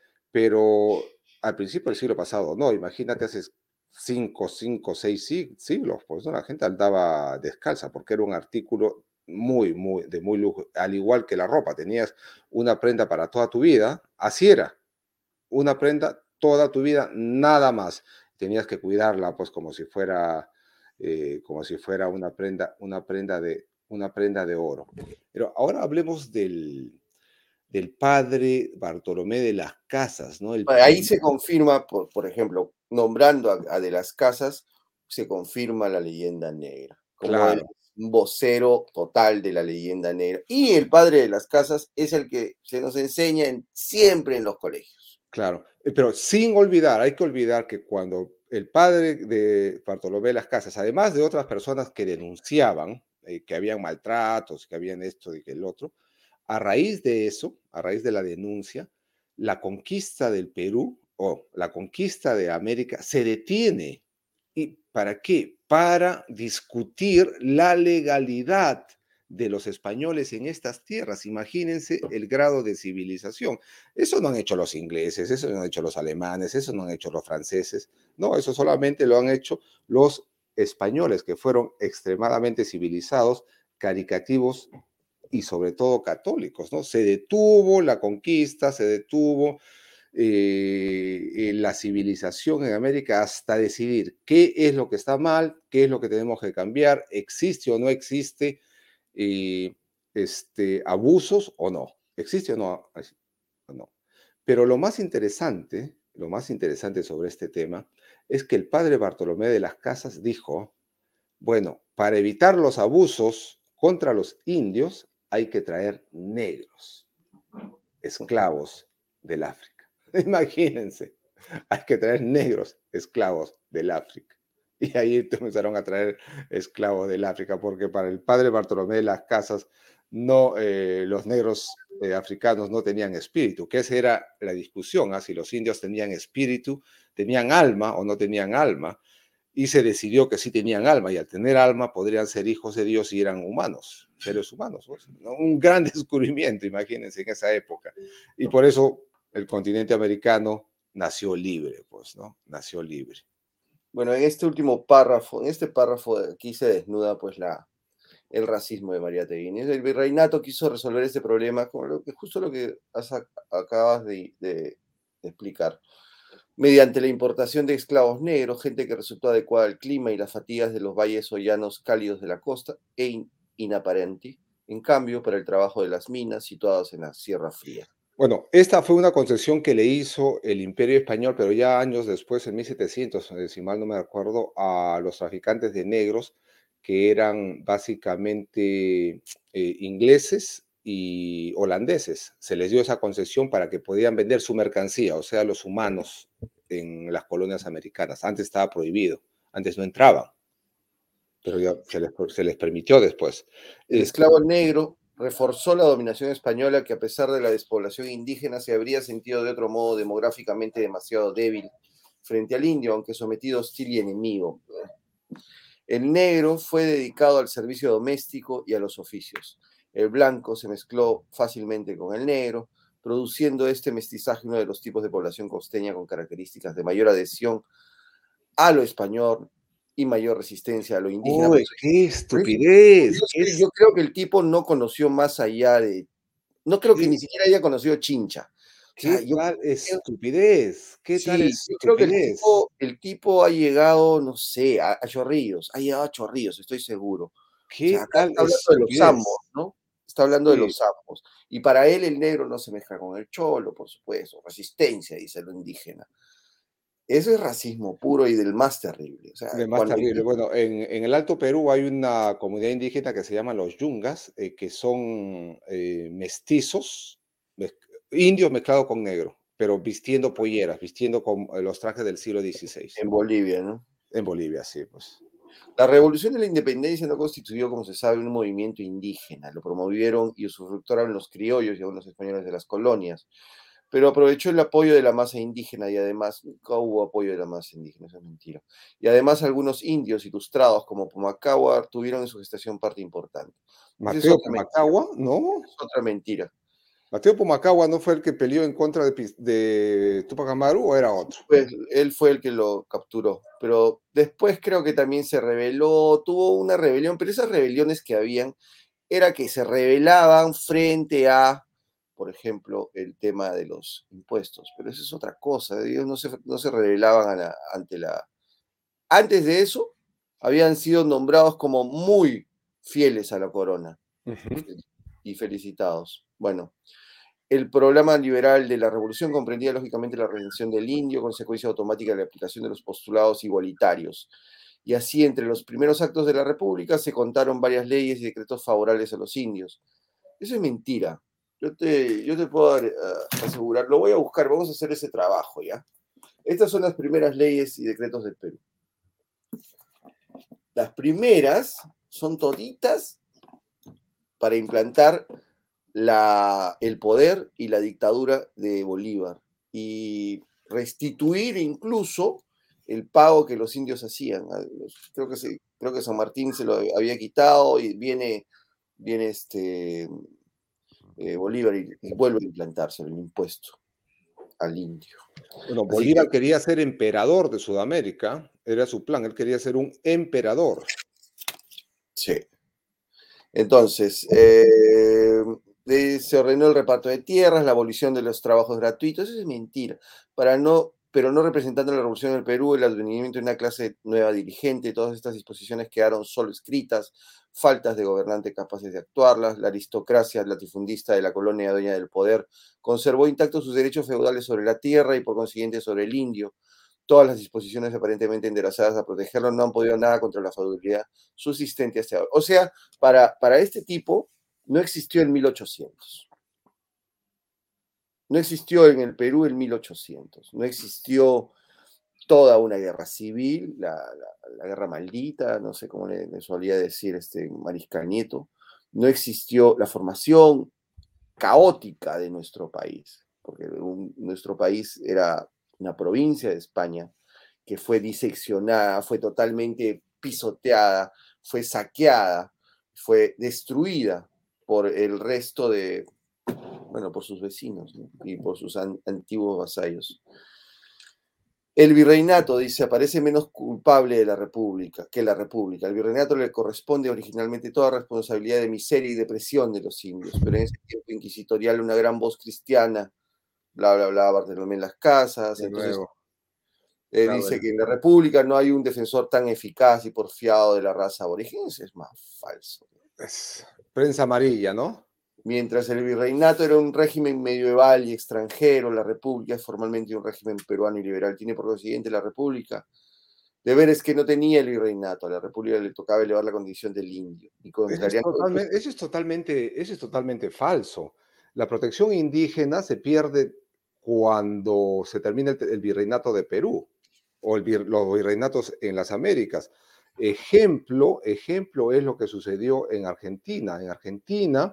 C: Pero al principio del siglo pasado, no. Imagínate hace cinco, cinco, seis siglos, pues ¿no? La gente andaba descalza porque era un artículo muy, muy, de muy lujo. Al igual que la ropa, tenías una prenda para toda tu vida. Así era. Una prenda toda tu vida, nada más. Tenías que cuidarla, pues, como si fuera, eh, como si fuera una prenda, una prenda de, una prenda de oro. Pero ahora hablemos del, del padre Bartolomé de las Casas, ¿no? El
A: Ahí
C: prim-
A: se confirma, por, por ejemplo, nombrando a, a de las Casas, se confirma la leyenda negra, como él
C: claro,
A: es un vocero total de la leyenda negra. Y el padre de las Casas es el que se nos enseña en, siempre en los colegios.
C: claro. Eh, Pero sin olvidar, hay que olvidar que cuando el padre de Bartolomé de las Casas, además de otras personas que denunciaban eh, que habían maltratos, que habían esto y que el otro, a raíz de eso, a raíz de la denuncia, la conquista del Perú o la conquista de América se detiene. ¿Y para qué? Para discutir la legalidad de los españoles en estas tierras. Imagínense el grado de civilización. Eso no han hecho los ingleses, eso no han hecho los alemanes, eso no han hecho los franceses. No, eso solamente lo han hecho los españoles, que fueron extremadamente civilizados, caricativos y sobre todo católicos, ¿no? Se detuvo la conquista, se detuvo eh, eh, la civilización en América hasta decidir qué es lo que está mal, qué es lo que tenemos que cambiar, existe o no existe eh, este, abusos o no, existe o no, o no. Pero lo más interesante, lo más interesante sobre este tema es que el padre Bartolomé de las Casas dijo, bueno, para evitar los abusos contra los indios hay que traer negros, esclavos del África. Imagínense, hay que traer negros, esclavos del África. Y ahí comenzaron a traer esclavos del África, porque para el padre Bartolomé de las Casas, no, eh, los negros eh, africanos no tenían espíritu, que esa era la discusión, ¿eh? Si los indios tenían espíritu, tenían alma o no tenían alma. y se decidió que sí tenían alma, y al tener alma podrían ser hijos de Dios y eran humanos, seres humanos, pues, ¿no? Un gran descubrimiento, imagínense, en esa época. Y por eso el continente americano nació libre, pues, ¿no? Nació libre.
A: Bueno, en este último párrafo, en este párrafo aquí se desnuda pues la, el racismo de Mariátegui. El virreinato quiso resolver este problema, como lo que, justo lo que has, acabas de, de, de explicar, mediante la importación de esclavos negros, gente que resultó adecuada al clima y las fatigas de los valles o llanos cálidos de la costa, e in, inaparenti, en cambio, para el trabajo de las minas situadas en la Sierra Fría.
C: Bueno, esta fue una concesión que le hizo el Imperio Español, pero ya años después, en mil setecientos, si mal no me acuerdo, a los traficantes de negros, que eran básicamente eh, ingleses y holandeses. Se les dio esa concesión para que podían vender su mercancía, o sea, los humanos en las colonias americanas. Antes estaba prohibido, antes no entraban, pero ya se les, se les permitió después.
A: El
C: Este,
A: esclavo negro reforzó la dominación española, que a pesar de la despoblación indígena se habría sentido de otro modo demográficamente demasiado débil frente al indio, aunque sometido, hostil y enemigo. El negro fue dedicado al servicio doméstico y a los oficios. El blanco se mezcló fácilmente con el negro, produciendo este mestizaje uno de los tipos de población costeña con características de mayor adhesión a lo español y mayor resistencia a lo indígena.
C: ¡Uy, qué estupidez!
A: Yo,
C: Es,
A: yo creo que el tipo no conoció más allá de... No creo que
C: ¿qué,
A: ni siquiera haya conocido Chincha. O sea,
C: qué
A: yo
C: tal
A: creo,
C: estupidez? ¿Qué tal
A: sí, yo creo que el
C: estupidez?
A: tipo, el tipo ha llegado, no sé, a, a Chorrillos, ha llegado a Chorrillos, estoy seguro. O sea,
C: ¿Qué
A: acá
C: tal
A: está hablando de los zambos,
C: estupidez?
A: ¿no? Está hablando de
C: Sí,
A: los zambos. Y para él el negro no se mezcla con el cholo, por supuesto. Resistencia, dice lo indígena. Eso es racismo puro y del más terrible. O sea,
C: de más
A: cuando el
C: terrible.
A: tipo,
C: Bueno, en, en el Alto Perú hay una comunidad indígena que se llama los Yungas, eh, que son eh, mestizos, mez- indios mezclados con negro, pero vistiendo polleras, vistiendo con eh, los trajes del siglo dieciséis.
A: en Bolivia, ¿no?
C: En Bolivia, sí, pues.
A: La revolución de la independencia no constituyó, como se sabe, un movimiento indígena. Lo promovieron y usufructaron los criollos y aún los españoles de las colonias. Pero aprovechó el apoyo de la masa indígena y además, nunca hubo apoyo de la masa indígena, eso es mentira. Y además algunos indios ilustrados como Pumacahua tuvieron en su gestación parte importante. Esa es
C: Mateo
A: otra mentira,
C: Pumacahua, ¿no?
A: es otra mentira.
C: Mateo Pumacahua no fue el que peleó en contra de, Pis- de Tupac Amaru, o era otro.
A: Pues él fue el que lo capturó, pero después creo que también se rebeló, tuvo una rebelión, pero esas rebeliones que habían era que se rebelaban frente a, por ejemplo, el tema de los impuestos, pero eso es otra cosa, ellos no se, no se rebelaban a la, ante la... Antes de eso, habían sido nombrados como muy fieles a la corona
C: Ujú.
A: y felicitados. Bueno, el programa liberal de la revolución comprendía lógicamente la redención del indio, consecuencia automática de la aplicación de los postulados igualitarios. Y así, entre los primeros actos de la República, se contaron varias leyes y decretos favorables a los indios. Eso es mentira. Yo te, yo te puedo uh, asegurar, lo voy a buscar, vamos a hacer ese trabajo, ¿ya? Estas son las primeras leyes y decretos del Perú. Las primeras son toditas para implantar la, el poder y la dictadura de Bolívar y restituir incluso el pago que los indios hacían. Creo que, se, creo que San Martín se lo había quitado y viene, viene este, eh, Bolívar y, y vuelve a implantarse el impuesto al indio.
C: Bueno,
A: Así que,
C: Bolívar quería ser emperador de Sudamérica, era su plan, él quería ser un emperador.
A: sí. Entonces, eh, se ordenó el reparto de tierras, la abolición de los trabajos gratuitos, eso es mentira, para no, pero no representando la revolución del Perú, el advenimiento de una clase nueva dirigente, todas estas disposiciones quedaron solo escritas, faltas de gobernantes capaces de actuarlas, la aristocracia latifundista de la colonia dueña del poder conservó intactos sus derechos feudales sobre la tierra y por consiguiente sobre el indio. Todas las disposiciones aparentemente enderezadas a protegerlo no han podido nada contra la feudalidad subsistente hasta ahora. O sea, para, para este tipo no existió en mil ochocientos. No existió en el Perú en mil ochocientos. No existió toda una guerra civil, la, la, la guerra maldita, no sé cómo le, le solía decir este Mariscal Nieto. No existió la formación caótica de nuestro país, porque un, nuestro país era una provincia de España que fue diseccionada, fue totalmente pisoteada, fue saqueada, fue destruida por el resto de, bueno, por sus vecinos, ¿no? Y por sus an antiguos vasallos. El virreinato, dice, parece menos culpable de la República que la República. Al virreinato le corresponde originalmente toda responsabilidad de miseria y depresión de los indios, pero en ese tiempo inquisitorial una gran voz cristiana, bla, bla, bla, Bartolomé en las Casas,
C: De
A: entonces
C: nuevo,
A: eh,
C: claro,
A: dice que en la República no hay un defensor tan eficaz y porfiado de la raza aborigen, eso es más falso.
C: es prensa amarilla, ¿no?
A: Mientras el virreinato era un régimen medieval y extranjero, la República es formalmente un régimen peruano y liberal. Tiene por consiguiente la República deberes que no tenía el virreinato. A la República le tocaba elevar la condición del indio. Y
C: Eso es
A: contrariando el
C: totalmente, eso es totalmente, eso es totalmente falso. La protección indígena se pierde cuando se termina el, el virreinato de Perú o el vir, los virreinatos en las Américas. Ejemplo, ejemplo es lo que sucedió en Argentina. En Argentina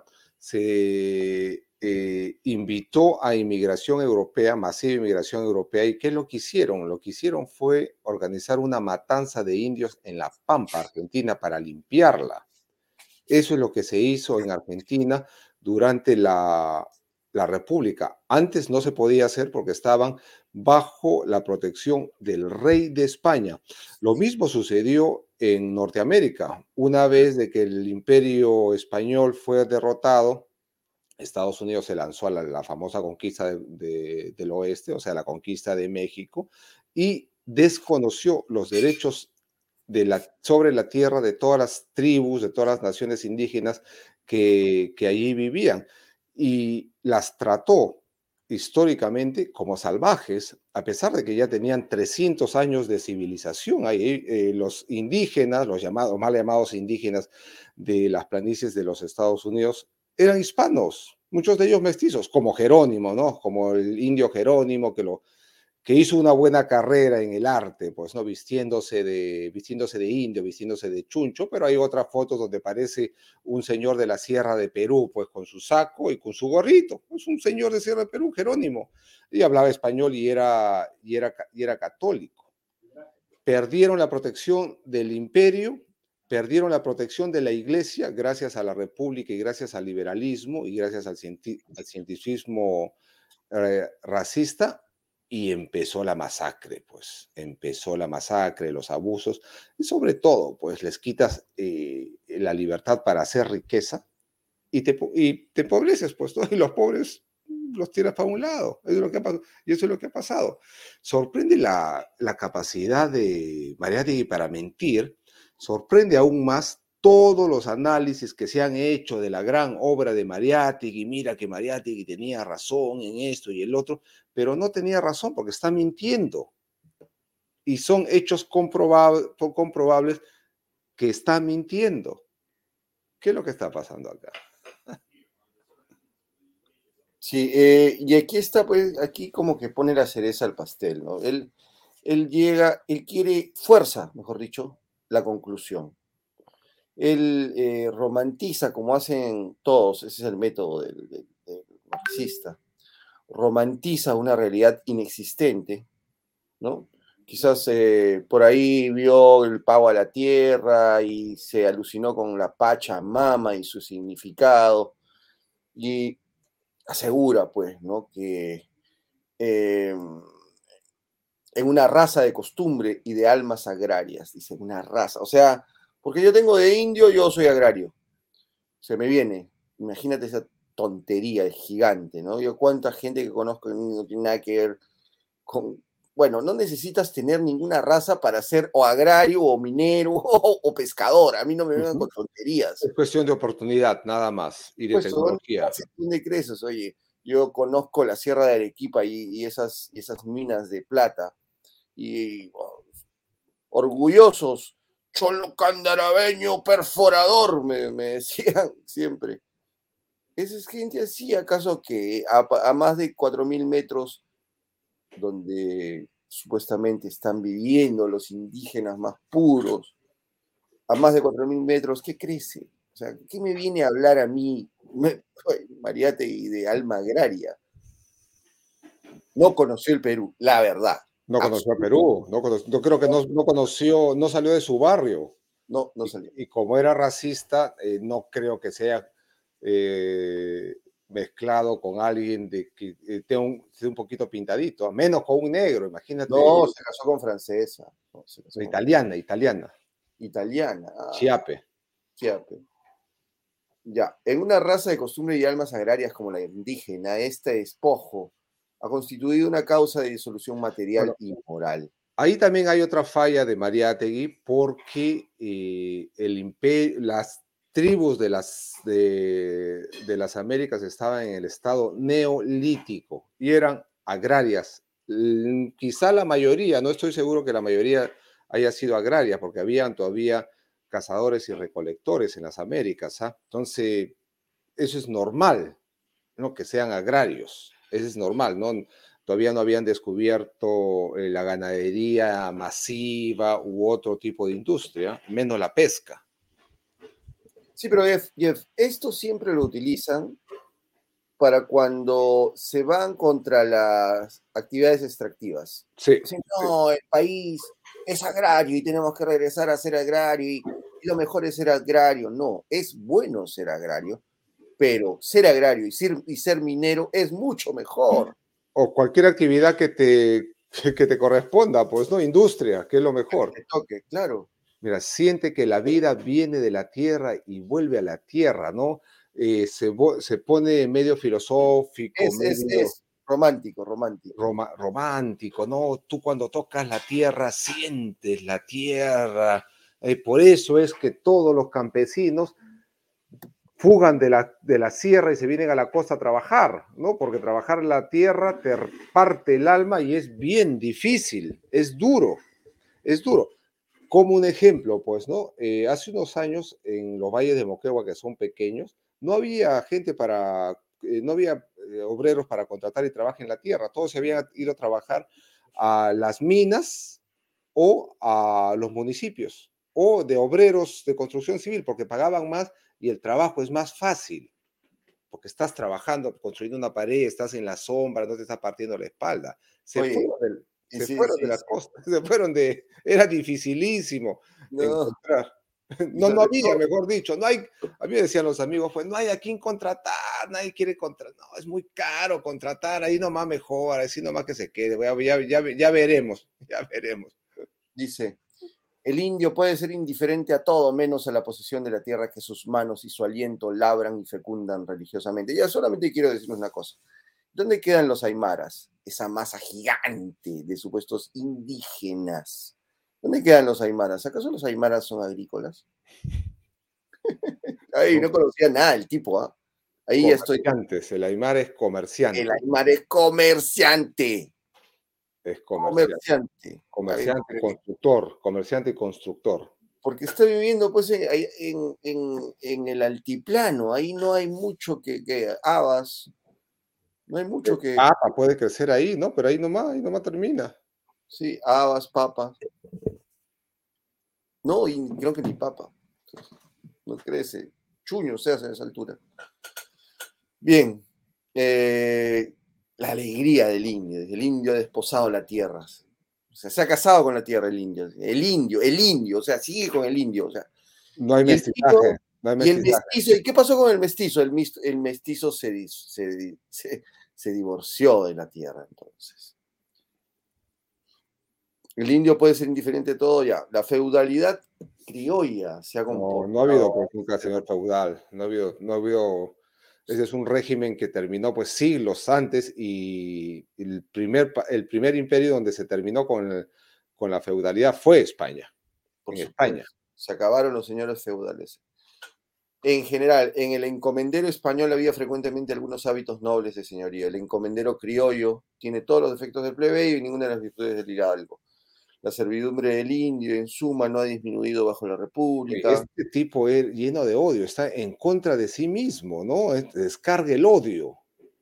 C: se eh, invitó a inmigración europea, masiva inmigración europea, ¿y qué es lo que hicieron? Lo que hicieron fue organizar una matanza de indios en La Pampa, Argentina, para limpiarla. Eso es lo que se hizo en Argentina durante la, la República. Antes no se podía hacer porque estaban bajo la protección del rey de España. Lo mismo sucedió en Norteamérica. Una vez de que el imperio español fue derrotado, Estados Unidos se lanzó a la, la famosa conquista de, de, del oeste, o sea, la conquista de México, y desconoció los derechos de la, sobre la tierra de todas las tribus, de todas las naciones indígenas que, que allí vivían, y las trató históricamente como salvajes, a pesar de que ya tenían trescientos años de civilización. Ahí, eh, los indígenas, los llamados, mal llamados indígenas de las planicies de los Estados Unidos, eran hispanos, muchos de ellos mestizos, como Jerónimo, ¿no? Como el indio Jerónimo, que lo que hizo una buena carrera en el arte, pues, ¿no? Vistiéndose de, vistiéndose de indio, vistiéndose de chuncho, pero hay otras fotos donde parece un señor de la Sierra de Perú, pues, con su saco y con su gorrito. Es un señor de Sierra de Perú, Jerónimo, y hablaba español y era, y era, y era católico. Perdieron la protección del imperio, perdieron la protección de la iglesia gracias a la república y gracias al liberalismo y gracias al, cienti al cientificismo eh, racista, y empezó la masacre, pues, empezó la masacre, los abusos, y sobre todo, pues, les quitas eh, la libertad para hacer riqueza y te, y te empobreces, pues, ¿no? Y los pobres los tiras para un lado, eso es lo que ha pasado, y eso es lo que ha pasado. Sorprende la, la capacidad de Mariátegui para mentir, sorprende aún más todos los análisis que se han hecho de la gran obra de Mariátegui. Mira que Mariátegui tenía razón en esto y el otro, pero no tenía razón porque está mintiendo. Y son hechos comprobables, comprobables que está mintiendo. ¿Qué es lo que está pasando acá?
A: Sí, eh, y aquí está, pues, aquí como que pone la cereza al pastel, ¿no? Él, él llega, él quiere, fuerza, mejor dicho, la conclusión. Él eh, romantiza, como hacen todos, ese es el método del, del, del marxista, romantiza una realidad inexistente, ¿no? Quizás eh, por ahí vio el pago a la tierra y se alucinó con la Pachamama y su significado, y asegura, pues, ¿no? Que eh, en una raza de costumbre y de almas agrarias, dice, una raza, o sea, porque yo tengo de indio, yo soy agrario, se me viene, imagínate esa tontería, es gigante, ¿no? Yo cuánta gente que conozco no tiene nada que ver con, bueno, no necesitas tener ninguna raza para ser o agrario o minero o, o pescador, a mí no me vengan con tonterías.
C: Es cuestión de oportunidad, nada más, y de
A: Pues son
C: tecnología.
A: de creces, oye, yo conozco la Sierra de Arequipa y, y, esas, y esas minas de plata, y oh, orgullosos, cholo candarabeño perforador, me, me decían siempre. Esa es gente así, ¿acaso que a, a más de cuatro mil metros, donde supuestamente están viviendo los indígenas más puros, a más de cuatro mil metros, ¿qué crece? O sea, ¿qué me viene a hablar a mí, Mariátegui, de alma agraria? No conoció el Perú, la verdad.
C: No conoció a
A: absoluto.
C: Perú, no, cono- no creo que no, no conoció, no salió de su barrio.
A: No, no
C: Y,
A: salió.
C: y como era racista, eh, no creo que sea eh, mezclado con alguien de que eh, tenga un, sea un poquito pintadito, menos con un negro, imagínate,
A: No, se casó con francesa. No, se casó con
C: italiana, italiana,
A: italiana. Ah,
C: Chiape.
A: fíjate. Ya, en una raza de costumbre y almas agrarias como la indígena, este despojo ha constituido una causa de disolución material
C: Bueno,
A: y moral.
C: ahí también hay otra falla de Mariátegui porque eh, el impe- las tribus de las, de, de las Américas estaban en el estado neolítico y eran agrarias. L- Quizá la mayoría, no estoy seguro que la mayoría haya sido agraria, porque habían todavía cazadores y recolectores en las Américas. ¿Ah? Entonces, eso es normal, ¿no? Que sean agrarios. Eso es normal, ¿no? Todavía no habían descubierto eh, la ganadería masiva u otro tipo de industria, menos la pesca.
A: Sí, pero Jeff, Jeff, esto siempre lo utilizan para cuando se van contra las actividades extractivas.
C: Sí,
A: Dicen,
C: sí.
A: no, el país es agrario y tenemos que regresar a ser agrario y, y lo mejor es ser agrario. No, es bueno ser agrario, pero ser agrario y ser, y ser minero es mucho mejor.
C: O cualquier actividad que te, que te corresponda, pues, ¿no? Industria, que es lo mejor.
A: Que toque, claro.
C: Mira, siente que la vida viene de la tierra y vuelve a la tierra, ¿no? Eh, se, se, pone medio filosófico,
A: Es, es,
C: medio
A: es romántico, romántico.
C: Roma, romántico, ¿no? Tú cuando tocas la tierra sientes la tierra. Eh, por eso es que todos los campesinos fugan de la, de la sierra y se vienen a la costa a trabajar, ¿no? Porque trabajar en la tierra te parte el alma y es bien difícil, es duro, es duro. Como un ejemplo, pues, ¿no? Eh, hace unos años en los valles de Moquegua, que son pequeños, no había gente para, eh, no había eh, obreros para contratar y trabajar en la tierra. Todos se habían ido a trabajar a las minas o a los municipios o de obreros de construcción civil porque pagaban más y el trabajo es más fácil porque estás trabajando, construyendo una pared, estás en la sombra, no te estás partiendo la espalda. Se
A: Oye,
C: fueron, del,
A: y
C: se
A: sí,
C: fueron de
A: sí,
C: la
A: sí.
C: costa, se fueron de, era dificilísimo
A: No,
C: encontrar.
A: y
C: No, no
A: sobre
C: había,
A: todo,
C: mejor dicho, no hay, a mí me decían los amigos, pues no hay a quién contratar, nadie quiere contratar, no, es muy caro contratar, ahí nomás mejor, así nomás que se quede, ya, ya, ya veremos, ya veremos.
A: dice, el indio puede ser indiferente a todo menos a la posesión de la tierra que sus manos y su aliento labran y fecundan religiosamente. Ya solamente quiero decirles una cosa. ¿Dónde quedan los aymaras? Esa masa gigante de supuestos indígenas. ¿Dónde quedan los aymaras? ¿Acaso los aymaras son agrícolas? Ay,
C: Son
A: no conocía nada el tipo, ¿ah? Ahí ya estoy.
C: comerciantes, el Aymar es
A: El
C: comerciante,
A: aymara es comerciante.
C: es comerciante,
A: Comerciante. Ay,
C: comerciante, constructor, comerciante y constructor.
A: porque está viviendo pues en, en, en, en el altiplano, ahí no hay mucho que, que habas, no hay mucho que,
C: Papa puede crecer ahí, ¿no? Pero ahí nomás, ahí nomás termina.
A: sí, habas, papas, no, y creo que ni papa, no crece, chuño se hace a esa altura. Bien, eh, la alegría del indio, el indio ha desposado la tierra, o sea, se ha casado con la tierra el indio, el indio, el indio, o sea, sigue con el indio, o sea,
C: No hay
A: y el
C: mestizaje,
A: indio,
C: no hay
A: y el
C: mestizaje.
A: mestizo, ¿y qué pasó con el mestizo? El, mis- el mestizo se, dis- se, di- se, se divorció de la tierra, entonces. El indio puede ser indiferente a todo ya. La feudalidad criolla se ha
C: No, no ha habido
A: comportado.
C: pues nunca señor feudal, no ha habido, no ha habido, ese es un régimen que terminó pues siglos antes y el primer, pa- el primer imperio donde se terminó con, el- con la feudalidad fue España,
A: Por
C: en España.
A: supuesto. Se acabaron los señores feudales. En general, en el encomendero español había frecuentemente algunos hábitos nobles de señorío. El encomendero criollo tiene todos los defectos del plebeyo y ninguna de las virtudes del hidalgo. La servidumbre del indio, en suma, no ha disminuido bajo la
C: Oye,
A: República.
C: este tipo es lleno de odio, está en contra de sí mismo, ¿no? Es- Descarga el odio.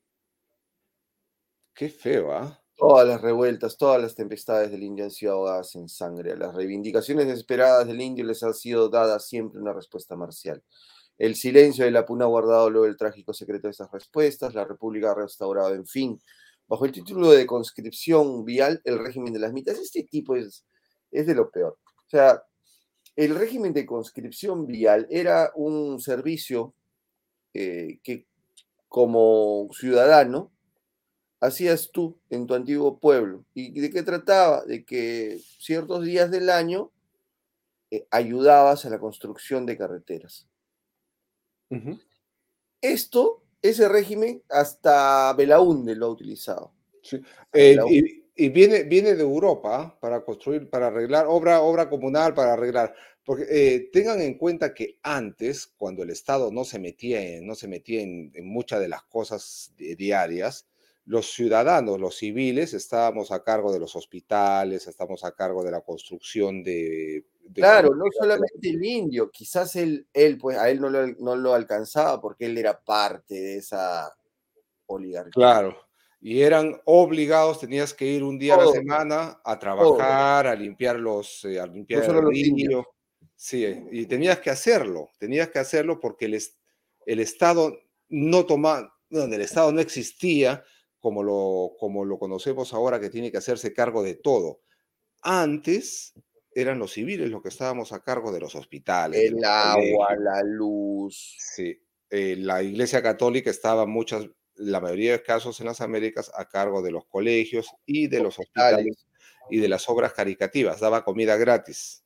C: Qué feo, ¿ah?
A: Todas las revueltas, todas las tempestades del indio han sido ahogadas en sangre. A las reivindicaciones desesperadas del indio les ha sido dada siempre una respuesta marcial. El silencio de la puna ha guardado luego el trágico secreto de esas respuestas. La República ha restaurado, en fin, bajo el título de conscripción vial, el régimen de las mitas. Este tipo es, es de lo peor. O sea, el régimen de conscripción vial era un servicio eh, que como ciudadano hacías tú en tu antiguo pueblo. ¿Y de qué trataba? De que ciertos días del año eh, ayudabas a la construcción de carreteras.
C: Ujú.
A: Esto, ese régimen, hasta Belaúnde lo ha utilizado.
C: Sí.
A: A
C: Eh,
A: Belaúnde.
C: y y viene, viene de Europa, ¿ah? Para construir, para arreglar, obra, obra comunal para arreglar. Porque eh, tengan en cuenta que antes, cuando el Estado no se metía en, no se metía en, en muchas de las cosas di- diarias, los ciudadanos, los civiles, estábamos a cargo de los hospitales, estábamos a cargo de la construcción de, de
A: Claro, no
C: carreteras, de la-
A: solamente el indio, quizás él, él pues a él no lo, no lo alcanzaba porque él era parte de esa oligarquía.
C: Claro, y eran obligados, tenías que ir un día a la
A: Todos,
C: semana a
A: todos,
C: trabajar, a limpiar los, eh, a
A: no
C: limpiar
A: solo
C: el
A: los indios.
C: río. Sí, y tenías que hacerlo, tenías que hacerlo porque el, es- el Estado no toma, bueno, el Estado no existía como lo, como lo conocemos ahora, que tiene que hacerse cargo de todo. Antes eran los civiles los que estábamos a cargo de los hospitales, de
A: El
C: los
A: agua,
C: colegios.
A: la luz.
C: Sí, eh, la Iglesia Católica estaba muchas, la mayoría de casos en las Américas a cargo de los colegios y de los hospitales
A: Hospitales.
C: y de las obras caritativas, daba comida gratis.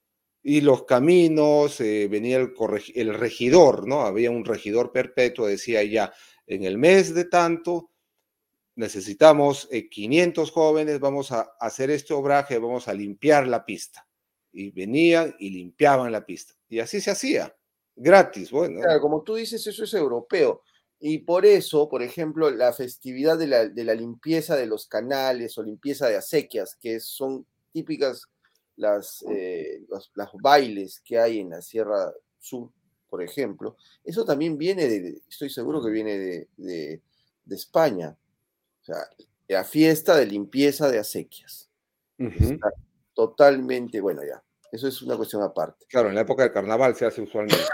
C: Y los caminos, eh, venía el, corregi- el regidor, ¿no? Había un regidor perpetuo, decía ya, en el mes de tanto necesitamos eh, quinientos jóvenes, vamos a hacer este obraje, vamos a limpiar la pista. Y venían y limpiaban la pista. Y así se hacía, gratis, bueno.
A: Claro, como tú dices, eso es europeo. Y por eso, por ejemplo, la festividad de la, de la limpieza de los canales o limpieza de acequias, que son típicas las, eh, los, los bailes que hay en la Sierra Sur, por ejemplo, eso también viene de, estoy seguro que viene de, de, de España. O sea, la fiesta de limpieza de acequias.
C: Ujú.
A: Está totalmente, bueno, ya, eso es una cuestión aparte.
C: Claro, en la época del carnaval se hace usualmente.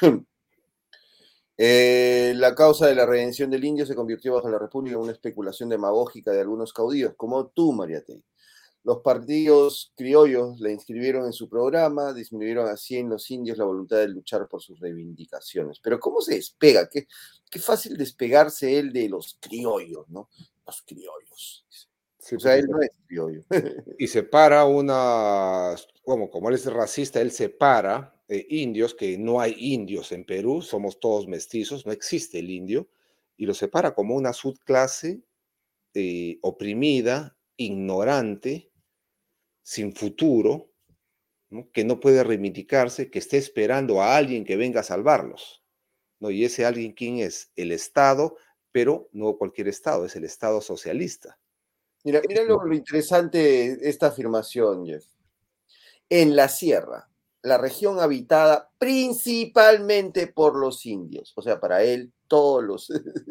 A: Eh, la causa de la redención del indio se convirtió bajo la República en una especulación demagógica de algunos caudillos, como tú, Mariate. Los partidos criollos la inscribieron en su programa, disminuyeron así en los indios la voluntad de luchar por sus reivindicaciones. Pero ¿cómo se despega? Qué, qué fácil despegarse él de los criollos, ¿no? Los criollos.
C: Sí,
A: O sea,
C: pues, y
A: él
C: se,
A: no es criollo.
C: y separa una, como, como él es racista, él separa eh, indios, que no hay indios en Perú, somos todos mestizos, no existe el indio, y lo separa como una subclase eh, oprimida, ignorante, sin futuro, ¿no? Que no puede reivindicarse, que esté esperando a alguien que venga a salvarlos, ¿no? Y ese alguien, ¿quién es? El Estado, pero no cualquier Estado, es el Estado socialista.
A: Mira, mira lo, lo interesante de esta afirmación, Jeff. En la sierra, la región habitada principalmente por los indios. O sea, para él, todos los...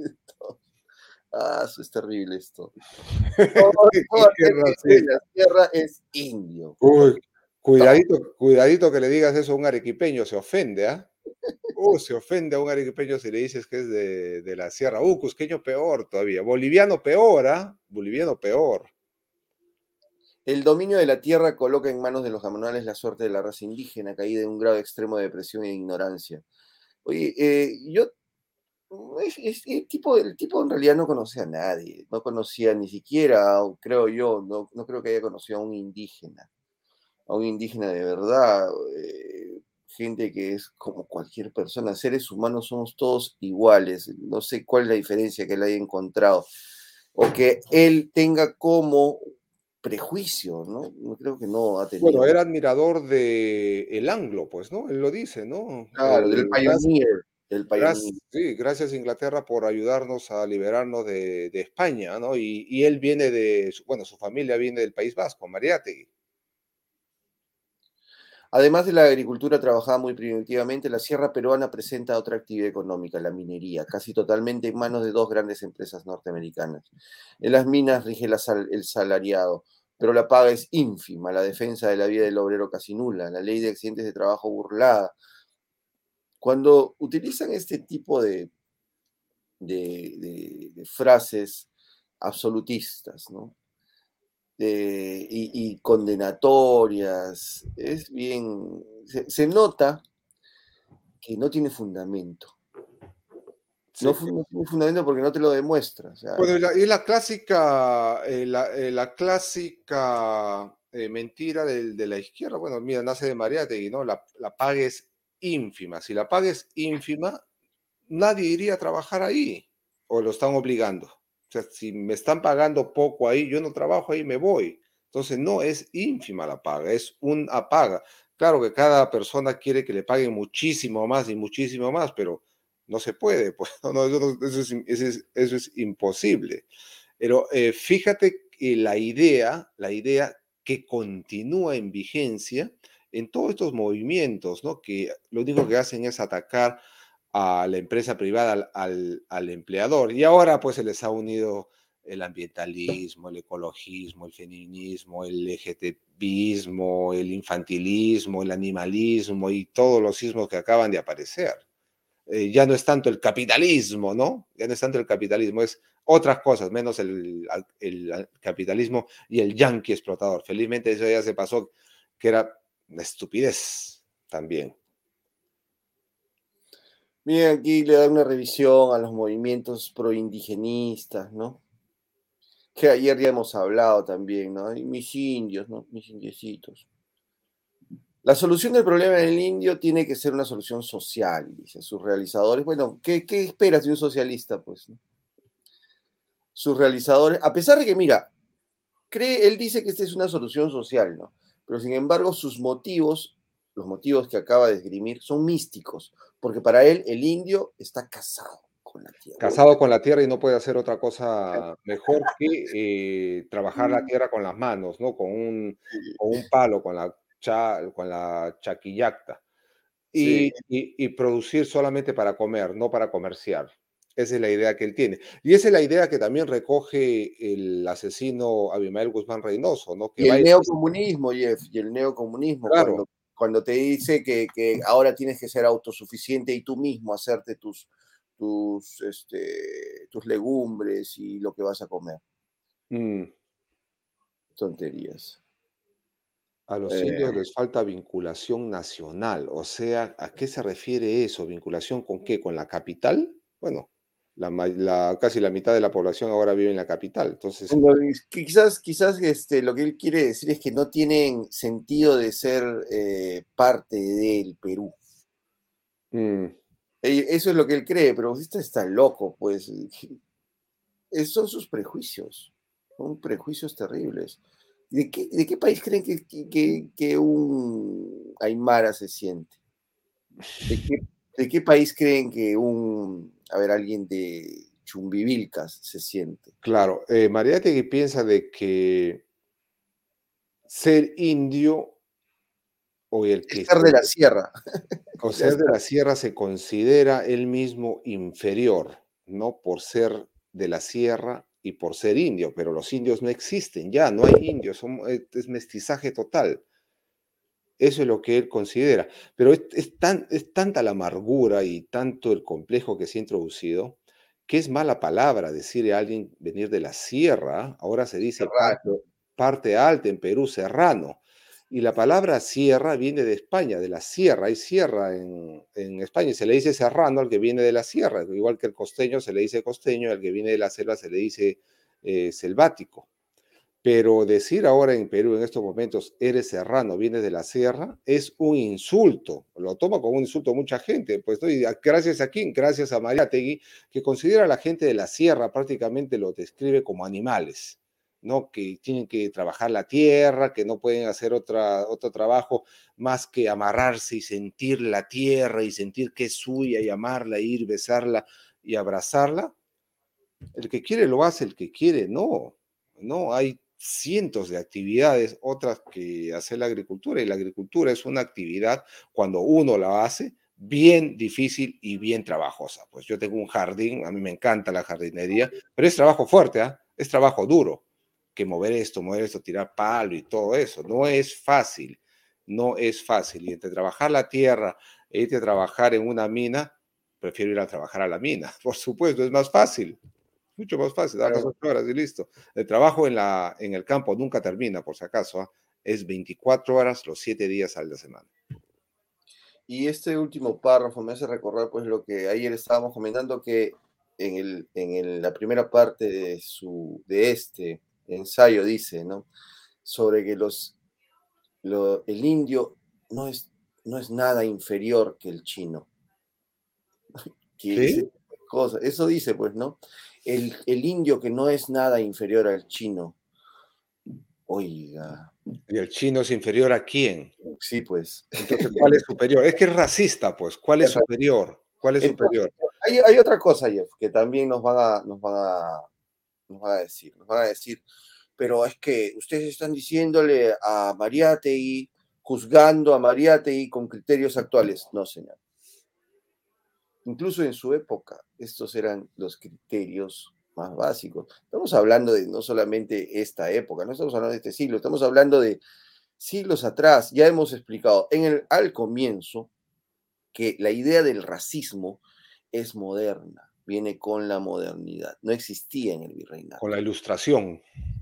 A: ah, eso es terrible esto. Todo, todo
C: Qué
A: aquel que vive en
C: racista.
A: la sierra es indio.
C: Uy,
A: Todo.
C: cuidadito, cuidadito que le digas eso a un arequipeño, se ofende, ¿ah? Uh, se ofende a un arequipeño si le dices que es de, de la sierra. Uh, cusqueño peor todavía. Boliviano peor, ¿ah? Boliviano peor.
A: El dominio de la tierra coloca en manos de los gamonales la suerte de la raza indígena, caída en un grado extremo de depresión e ignorancia. Oye, eh, yo, es- es- el, tipo, el tipo en realidad no conocía a nadie, no conocía ni siquiera, creo yo, no, no creo que haya conocido a un indígena. A un indígena de verdad, eh, gente que es como cualquier persona, seres humanos somos todos iguales, no sé cuál es la diferencia que él haya encontrado, o que él tenga como prejuicio, ¿no? No creo que no ha
C: Bueno,
A: tenido.
C: era admirador de el anglo, pues, ¿no? Él lo dice, ¿no?
A: Claro, del
C: Eh, gracias,
A: pioneer, del pioneer.
C: gracias, sí, gracias Inglaterra por ayudarnos a liberarnos de, de España, ¿no? Y, y él viene de, su- bueno, su familia viene del País Vasco, Mariátegui.
A: Además de la agricultura trabajada muy primitivamente, la sierra peruana presenta otra actividad económica, la minería, casi totalmente en manos de dos grandes empresas norteamericanas. En las minas rige la sal- el salariado, pero la paga es ínfima, la defensa de la vida del obrero casi nula, la ley de accidentes de trabajo burlada. Cuando utilizan este tipo de, de- de- de frases, absolutistas, ¿no? Eh, y, y condenatorias. Es bien, se, se nota que no tiene fundamento. No,
C: Sí.
A: fu- no tiene fundamento porque no te lo demuestra. O sea,
C: Bueno, y la, y la clásica, eh, la, eh, la clásica eh, mentira del- de la izquierda, bueno, mira, nace de Mariátegui, ¿no? La, la paga es ínfima. Si la paga es ínfima, nadie iría a trabajar ahí o lo están obligando. O sea, si me están pagando poco ahí, yo no trabajo ahí, me voy. Entonces, no es ínfima la paga, es una paga. Claro que cada persona quiere que le paguen muchísimo más y muchísimo más, pero no se puede, pues no, no, eso, no- eso es, eso es- eso es imposible. Pero eh, fíjate que la idea, la idea que continúa en vigencia en todos estos movimientos, ¿no? Que lo único que hacen es atacar a la empresa privada, al, al, al empleador. Y ahora pues se les ha unido el ambientalismo, el ecologismo, el feminismo, el LGTBismo, el infantilismo, el animalismo y todos los ismos que acaban de aparecer. Eh, ya no es tanto el capitalismo, ¿no? Ya no es tanto el capitalismo, es otras cosas, menos el, el capitalismo y el yanqui explotador. Felizmente eso ya se pasó, que era una estupidez también.
A: miren, aquí le dan una revisión a los movimientos proindigenistas, ¿no? Que ayer ya hemos hablado también, ¿no? Y mis indios, ¿no? Mis indiecitos. La solución del problema del indio tiene que ser una solución social, dice sus realizadores. Bueno, ¿qué, qué esperas de un socialista, pues? ¿No? Sus realizadores, a pesar de que, mira, cree, él dice que esta es una solución social, ¿no? Pero sin embargo, sus motivos, los motivos que acaba de esgrimir, son místicos, porque para él el indio está casado con la tierra.
C: Casado con la tierra y no puede hacer otra cosa mejor que eh, trabajar la tierra con las manos, ¿no? Con un, con un palo, con la, cha, con la chaquillacta. Y,
A: Sí,
C: y, y producir solamente para comer, no para comerciar. Esa es la idea que él tiene. Y esa es la idea que también recoge el asesino Abimael Guzmán Reynoso, ¿no? Que
A: y
C: va
A: el
C: y dice,
A: neocomunismo, Jeff, y el neocomunismo,
C: claro,
A: cuando, cuando te dice que, que ahora tienes que ser autosuficiente y tú mismo hacerte tus, tus, este, tus legumbres y lo que vas a comer.
C: mm,
A: Tonterías.
C: a los indios
A: Eh,
C: les falta vinculación nacional. O sea, ¿a qué se refiere eso? ¿Vinculación con qué? ¿Con la capital? Bueno, la, ma- la- casi la mitad de la población ahora vive en la capital. Entonces,
A: no, es que quizás, quizás este, lo que él quiere decir es que no tienen sentido de ser eh, parte del Perú.
C: mm,
A: Eh, Eso es lo que él cree, pero este está loco, pues. Esos son sus prejuicios, son prejuicios terribles. ¿De qué, de qué país creen que, que- que- que un Aymara se siente? ¿De qué, de qué país creen que un, a ver, alguien de Chumbivilcas se siente?
C: claro, eh, Mariátegui piensa de que ser indio o el
A: Es
C: que
A: ser
C: se
A: de la sierra.
C: o
A: Ya
C: ser de
A: está.
C: la sierra se considera él mismo inferior, ¿no? Por ser de la sierra y por ser indio, pero los indios no existen ya, no hay indios, son- es es mestizaje total. Eso es lo que él considera. Pero es, es tan, es tanta la amargura y tanto el complejo que se ha introducido, que es mala palabra decirle a alguien venir de la sierra, ahora se dice parte,
A: Serrano.
C: parte alta en Perú, serrano. Y la palabra sierra viene de España, de la sierra. Hay sierra en, en España y se le dice serrano al que viene de la sierra, igual que el costeño se le dice costeño, al que viene de la selva se le dice eh, selvático. Pero decir ahora en Perú en estos momentos, eres serrano, vienes de la sierra, es un insulto. Lo toma como un insulto mucha gente. Pues ¿no? Y gracias a quién, gracias a Mariátegui, que considera a la gente de la sierra, prácticamente lo describe como animales, ¿no? Que tienen que trabajar la tierra, que no pueden hacer otra, otro trabajo más que amarrarse y sentir la tierra y sentir que es suya y amarla, ir, besarla y abrazarla. El que quiere lo hace, el que quiere no. No, hay cientos de actividades, otras que hacer la agricultura, y la agricultura es una actividad cuando uno la hace bien difícil y bien trabajosa. Pues yo tengo un jardín, a mí me encanta la jardinería, pero es trabajo fuerte, ¿eh? Es trabajo duro, que mover esto, mover esto, tirar palo y todo eso. No es fácil, no es fácil. Y entre trabajar la tierra e irte a trabajar en una mina, prefiero ir a trabajar a la mina, por supuesto, es más fácil. Mucho más fácil, das las
A: Claro.
C: ocho horas y listo. El trabajo en, la, en el campo nunca termina, por si acaso, ¿ah? Es veinticuatro horas los siete días a la semana.
A: Y este último párrafo me hace recordar pues lo que ayer estábamos comentando que en, el, en el- la primera parte de, su, de este ensayo dice, ¿no? Sobre que los, lo- el indio no es, no es nada inferior que el chino, que ese
C: ¿Sí?
A: tipo de cosas, eso dice pues, ¿no? El, el indio que no es nada inferior al chino, oiga,
C: ¿Y el chino es inferior a quién?
A: sí pues.
C: Entonces, ¿cuál es superior? Es que es racista, pues. ¿Cuál es superior? ¿Cuál es
A: Entonces,
C: superior?
A: hay, hay otra cosa, Jeff, que también nos van a, nos van a, nos van a decir, nos van a decir, pero es que ustedes están diciéndole a Mariátegui, juzgando a Mariátegui con criterios actuales. No, señor. Incluso en su época, estos eran los criterios más básicos. Estamos hablando de no solamente esta época, no estamos hablando de este siglo, estamos hablando de siglos atrás. Ya hemos explicado en el, al comienzo que la idea del racismo es moderna, viene con la modernidad, no existía en el
C: Con
A: virreinato.
C: la ilustración.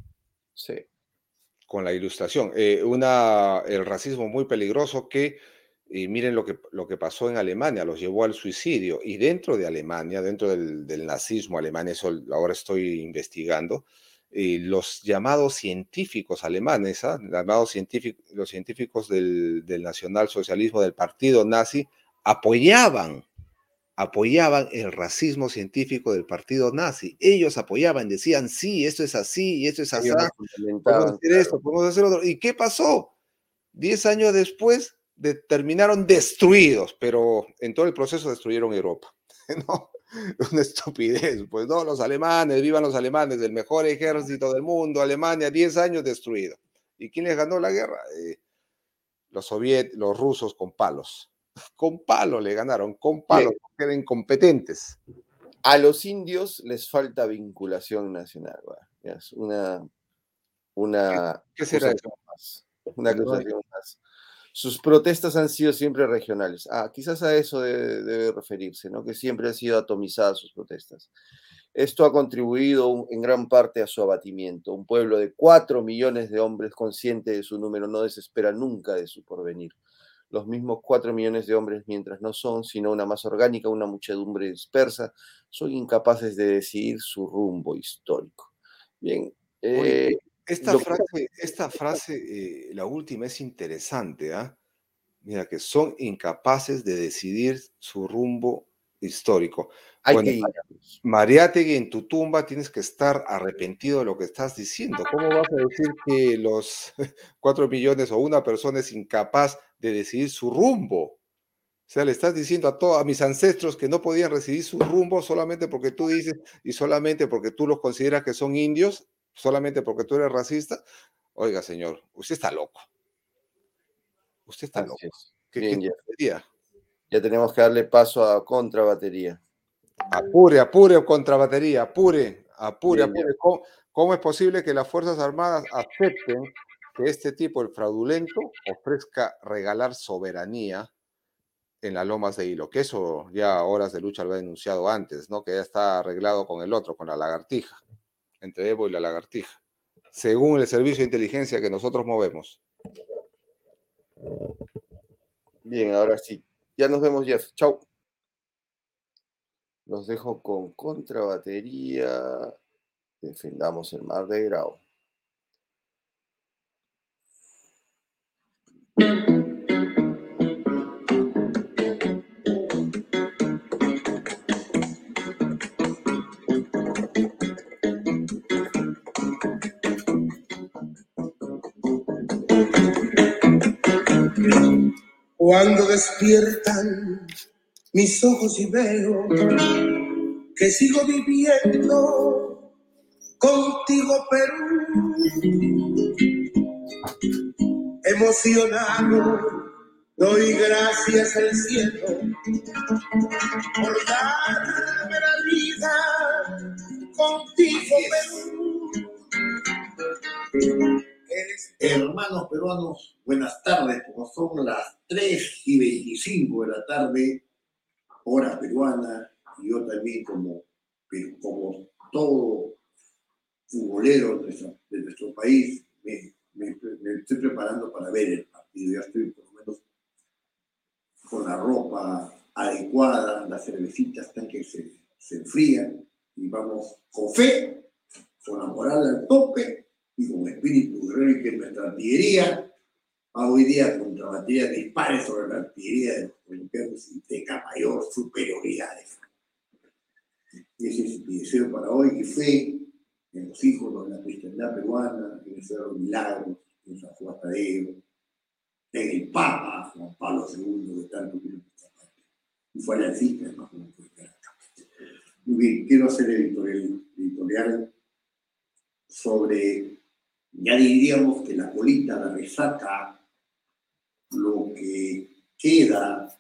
A: Sí.
C: Con la ilustración. Eh, una, el racismo muy peligroso que, y miren lo que, lo que pasó en Alemania, los llevó al suicidio. Y dentro de Alemania, dentro del, del nazismo alemán, eso ahora estoy investigando, y los llamados científicos alemanes, ¿ah? llamados científicos, los científicos del, del nacionalsocialismo, del partido nazi, apoyaban apoyaban el racismo científico del partido nazi. Ellos apoyaban, decían, sí, esto es así y esto es así,
A: Ellos lo
C: podemos
A: fundamentaban,
C: hacer
A: claro.
C: esto, podemos hacer otro. ¿Y qué pasó? Diez años después de, terminaron destruidos, pero en todo el proceso destruyeron Europa. ¿No? Una estupidez, pues no, los alemanes, vivan los alemanes, el mejor ejército del mundo, Alemania, diez años destruido. ¿Y quién les ganó la guerra? Eh, los soviet, los rusos con palos. Con palos le ganaron, con palos,
A: Bien,
C: porque eran incompetentes.
A: a los indios les falta vinculación nacional, ¿va? Ya es una,
C: ¿Qué,
A: una
C: qué será
A: acusación
C: eso?
A: más, una
C: Que no hay-
A: acusación más. Sus protestas han sido siempre regionales. Ah, quizás a eso debe, debe referirse, ¿no? Que siempre han sido atomizadas sus protestas. Esto ha contribuido en gran parte a su abatimiento. Un pueblo de cuatro millones de hombres consciente de su número no desespera nunca de su porvenir. Los mismos cuatro millones de hombres, mientras no son sino una masa orgánica, una muchedumbre dispersa, son incapaces de decidir su rumbo histórico. Bien,
C: Oye,
A: eh,
C: esta
A: lo que
C: frase, esta frase, eh, la última es interesante, ¿ah? Mira, que son incapaces de decidir su rumbo histórico.
A: hay que
C: Bueno,
A: ir.
C: Mariátegui, en tu tumba tienes que estar arrepentido de lo que estás diciendo. ¿Cómo vas a decir que los cuatro millones o una persona es incapaz de decidir su rumbo? O sea, le estás diciendo a todos, a mis ancestros que no podían decidir su rumbo solamente porque tú dices y solamente porque tú los consideras que son indios, solamente porque tú eres racista. Oiga, señor, usted está loco. Usted está
A: Así
C: loco.
A: es.
C: ¿Qué, qué
A: Bien, ya.
C: tontería?
A: Ya tenemos que darle paso a contrabatería.
C: Apure, apure, contrabatería, apure, apure,
A: Bien, ya.
C: apure. ¿Cómo, cómo es posible que las Fuerzas Armadas acepten que este tipo, el fraudulento, ofrezca regalar soberanía en las lomas de Hilo? Que eso ya Horas de Lucha lo había denunciado antes, ¿no? Que ya está arreglado con el otro, con la lagartija, entre Evo y la lagartija, según el servicio de inteligencia que nosotros movemos.
A: Bien, ahora sí. Ya nos vemos, Jeff. Chau. Los dejo con contrabatería. Defendamos el mar de Grau.
B: Cuando despiertan mis ojos y veo que sigo viviendo contigo, Perú, emocionado, doy gracias al cielo por darme la vida contigo, Perú. Eres Hermanos peruanos, buenas tardes, como son las tres y veinticinco de la tarde, hora peruana, y yo también como, como
D: todo futbolero de nuestro, de nuestro país, me, me, me estoy preparando para ver el partido. Ya estoy por lo menos con la ropa adecuada, las cervecitas están que se, se enfrían y vamos con fe, con la moral al tope y con espíritu guerrero, y que nuestra artillería va hoy día contra baterías de dispares sobre la artillería de los colombianos y tenga mayor superioridad. Ese es mi deseo para hoy, que fe en los hijos de la cristiandad peruana, en el Cerro Milagros, en San Juan Tadeo, en el Papa Juan Pablo segundo, de tanto que nuestra parte. Y fue aliancista, además, como puede ver acá. Muy bien, quiero hacer el editorial, editorial sobre, ya diríamos que la colita, la resaca, lo que queda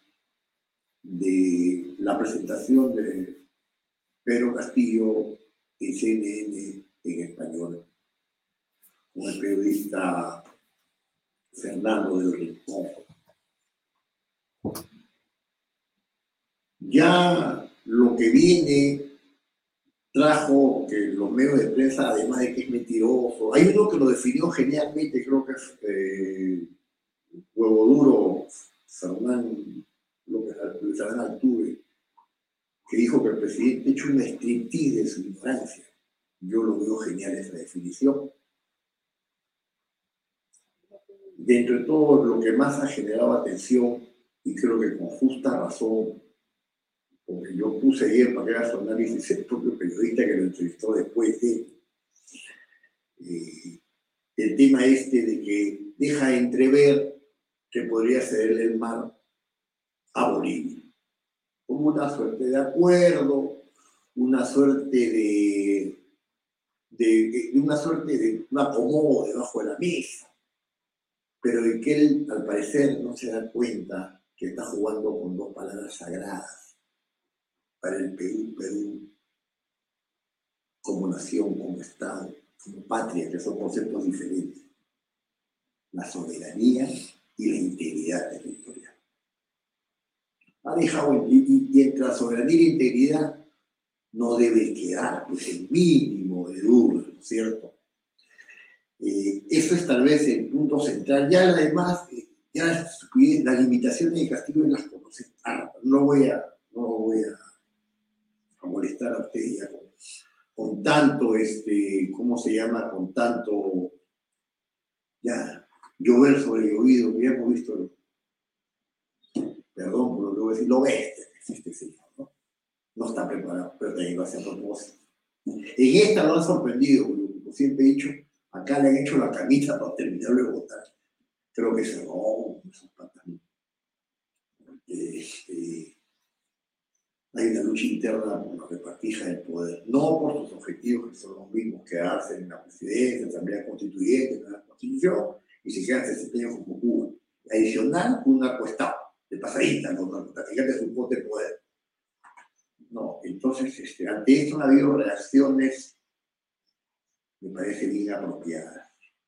D: de la presentación de Pedro Castillo en C N N en español, con el periodista Fernando del Rincón. Ya lo que viene trajo que los medios de prensa, además de que es mentiroso, hay uno que lo definió genialmente, creo que es eh, Huevo Duro, Fernán López Fernán Altuve, que dijo que el presidente ha hecho una striptease de su ignorancia. Yo lo veo genial esa definición. Dentro de todo lo que más ha generado atención, y creo que con justa razón, porque yo puse ayer para que haga su análisis el propio periodista que lo entrevistó después de eh, el tema este de que deja entrever que podría cederle el mar a Bolivia, como una suerte de acuerdo, una suerte de, de, de una suerte de un acomodo debajo de la mesa, pero de que él al parecer no se da cuenta que está jugando con dos palabras sagradas para el Perú, Perú, como nación, como Estado, como patria, que son conceptos diferentes. La soberanía y la integridad territorial. Ha dejado, y, y, y entre la soberanía y la integridad no debe quedar pues, el mínimo de duda, ¿no es cierto? Eh, eso es tal vez el punto central. Ya además, eh, ya las, las limitaciones de Castillo las conocen. Ah, no voy a, no voy a a molestar a usted ya con, con tanto, este, ¿cómo se llama? Con tanto, ya, llover sobre llovido, que ya hemos visto, perdón por lo que voy a decir, lo bestia que existe, señor, ¿no? No está preparado, pero también lo hace a propósito. En esta lo han sorprendido, como siempre he dicho, acá le han hecho la camita para terminarlo de votar. Creo que se robó esos pantalones. Este, hay una lucha interna por la repartija del poder, no por sus objetivos que son los mismos, quedarse en la presidencia, asamblea constituyente, en la constitución, y se quedan sesenta años como Cuba. Adicional, un narcoestado, de pasadita, los narcotraficantes un pote de poder. No, entonces, este, ante esto han habido reacciones, me parece bien apropiadas.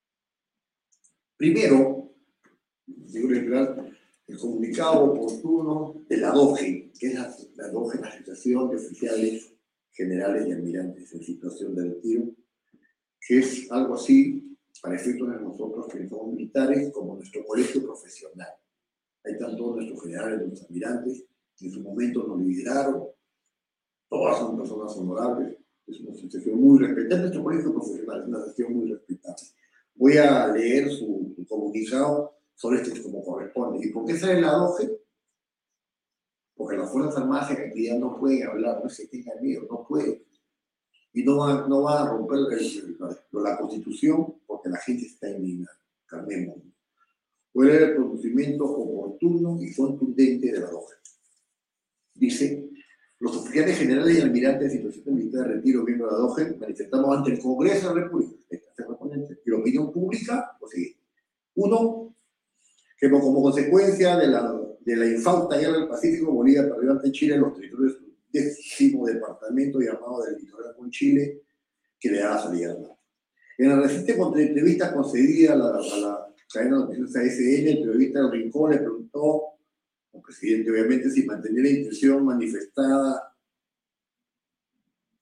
D: Primero, digo en general, el comunicado oportuno de la D O G E, que es la, la D O G E, la Asociación de Oficiales Generales y Almirantes en Situación de Retiro, que es algo así, para efectos de nosotros que somos militares, como nuestro colegio profesional. Ahí están todos nuestros generales, nuestros almirantes, que en su momento nos lideraron, todas son personas honorables, es una asociación muy respetada, nuestro colegio profesional es una asociación muy respetable. Voy a leer su, su comunicado sobre esto como corresponde. ¿Y por qué sale la D O G E? Porque las Fuerzas Armadas en actividad no pueden hablar, no se tengan miedo, no pueden. Y no van, no van a romper el, el, el, la Constitución porque la gente está indignada. Calmemos. Voy a leer el pronunciamiento oportuno y contundente de la D O G E. Dice: los oficiales generales y almirantes de situación militar de retiro miembros de la D O G E manifestamos ante el Congreso de la República y la opinión pública lo siguiente. Uno, que como consecuencia de la, de la infausta guerra del Pacífico, Bolivia perdió ante Chile los territorios del décimo departamento llamado del litoral con Chile, que le da salida al mar. En la reciente entrevista concedida a la, a la cadena de noticias A S N, el periodista del Rincón le preguntó al presidente, obviamente, si mantenía la intención manifestada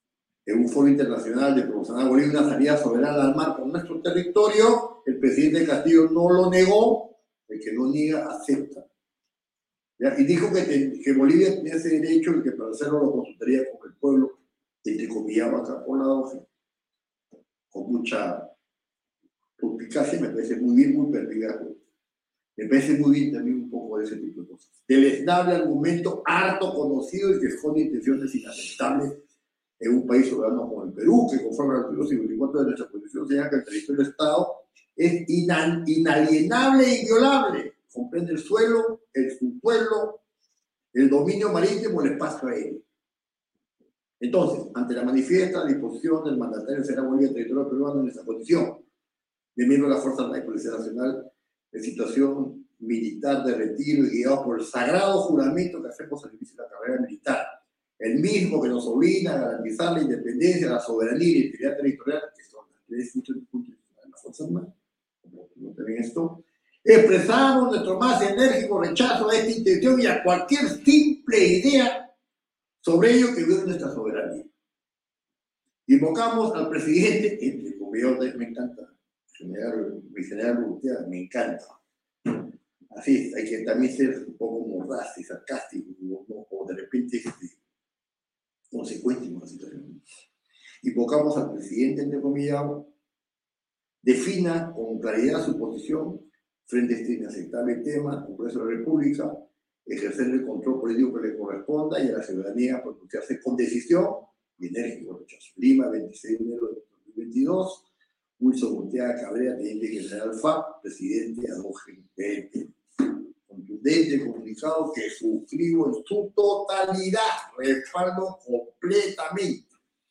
D: en un foro internacional de promocionar a Bolivia una salida soberana al mar con nuestro territorio, el presidente Castillo no lo negó, el que no niega acepta. ¿Ya? Y dijo que, te, que Bolivia tenía ese derecho y que para hacerlo lo consultaría con el pueblo, entre comillas, acá por la doce, con mucha suspicacia, me parece muy bien, muy perspicaz. Me parece muy bien también un poco de ese tipo de cosas. Deleznable argumento, harto conocido y que esconde intenciones inaceptables en un país soberano como el Perú, que conforme al artículo cincuenta y cuatro de nuestra Constitución señala que el territorio del Estado es inan, inalienable e inviolable. Comprende el suelo, el subsuelo, el dominio marítimo, el espacio aéreo. Entonces, ante la manifiesta disposición del mandatario de Será Bolivia territorio peruano en esta condición, de miembro de la Fuerza Armada y Policía Nacional, en situación militar de retiro y guiado por el sagrado juramento que hacemos al inicio de la carrera militar, el mismo que nos obliga a garantizar la independencia, la soberanía y la integridad territorial, que son las tres funciones de la Fuerza Armada, como también esto, expresamos nuestro más enérgico rechazo a esta intención y a cualquier simple idea sobre ello que viole nuestra soberanía. Invocamos al presidente, entre comillas, me encanta, general, mi general Urteaga, me encanta. Así es, hay que también ser un poco mordaz y sarcástico, o, o de repente este, consecuente con la situación. Invocamos al presidente, entre comillas, defina con claridad su posición frente a este inaceptable tema, Congreso de la República, ejercer el control político que le corresponda y a la ciudadanía pronunciarse con decisión y enérgico rechazo. Lima, veintiséis de enero de dos mil veintidós, Wilson Urteaga Cabrera, teniente general F A P, presidente ad hoc del Perú. Contundente comunicado que suscribo en su totalidad, respaldo completamente.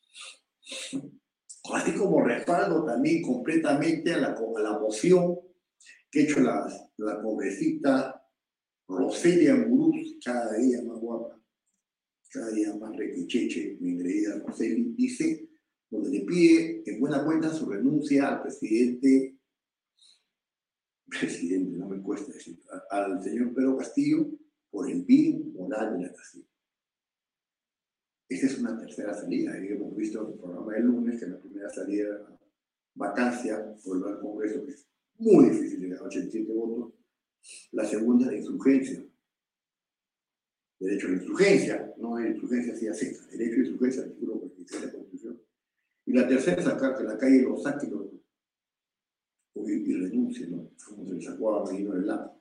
D: Así como respaldo también completamente a la, a la moción que ha hecho la, la pobrecita Roselia Muruz, cada día más guapa, cada día más requicheche, mi engreída Roselia, dice, donde le pide en buena cuenta su renuncia al presidente, presidente, no me cuesta decir, al señor Pedro Castillo, por el bien moral de la nación. Esta es una tercera salida, y hemos visto en el programa del lunes que la primera salida era vacancia por el Congreso, que es muy difícil llegar a ochenta y siete votos. La segunda es la insurgencia. Derecho a la insurgencia, no hay insurgencia así a seca, derecho a la insurgencia, artículo cuarenta y seis de la Constitución. Y la tercera es sacar que la calle lo saque y, lo, y, y renuncie, ¿no? Como se le sacó a Medina del Lago.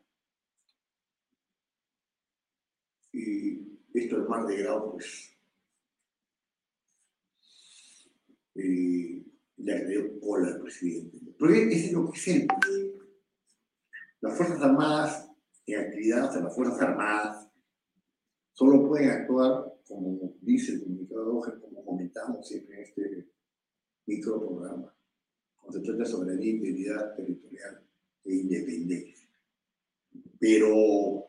D: Y esto el mar de grado, pues, y le agregó cola al presidente. Pero ese es lo que es el presidente. Las Fuerzas Armadas, en actividades de las Fuerzas Armadas, solo pueden actuar, como dice el comunicado de Ojer, como comentamos siempre en este microprograma, cuando se trata de soberanía, integridad territorial e independencia. Pero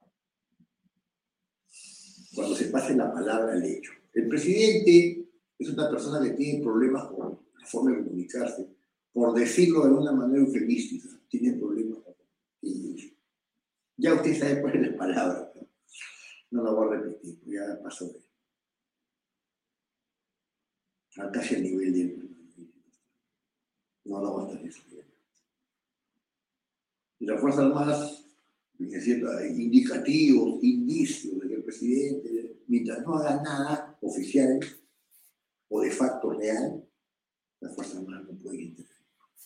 D: cuando se pase la palabra al hecho, el presidente es una persona que tiene problemas con la forma de comunicarse, por decirlo de una manera eufemística, tiene problemas con el Ya usted sabe cuál es la palabra, ¿no? No la voy a repetir, ya pasó de casi al nivel de... No, no va a estar eso. Y las Fuerzas Armadas, indicativos, indicios de que el presidente, mientras no haga nada oficial o de facto real, las Fuerzas Armadas no pueden intervenir.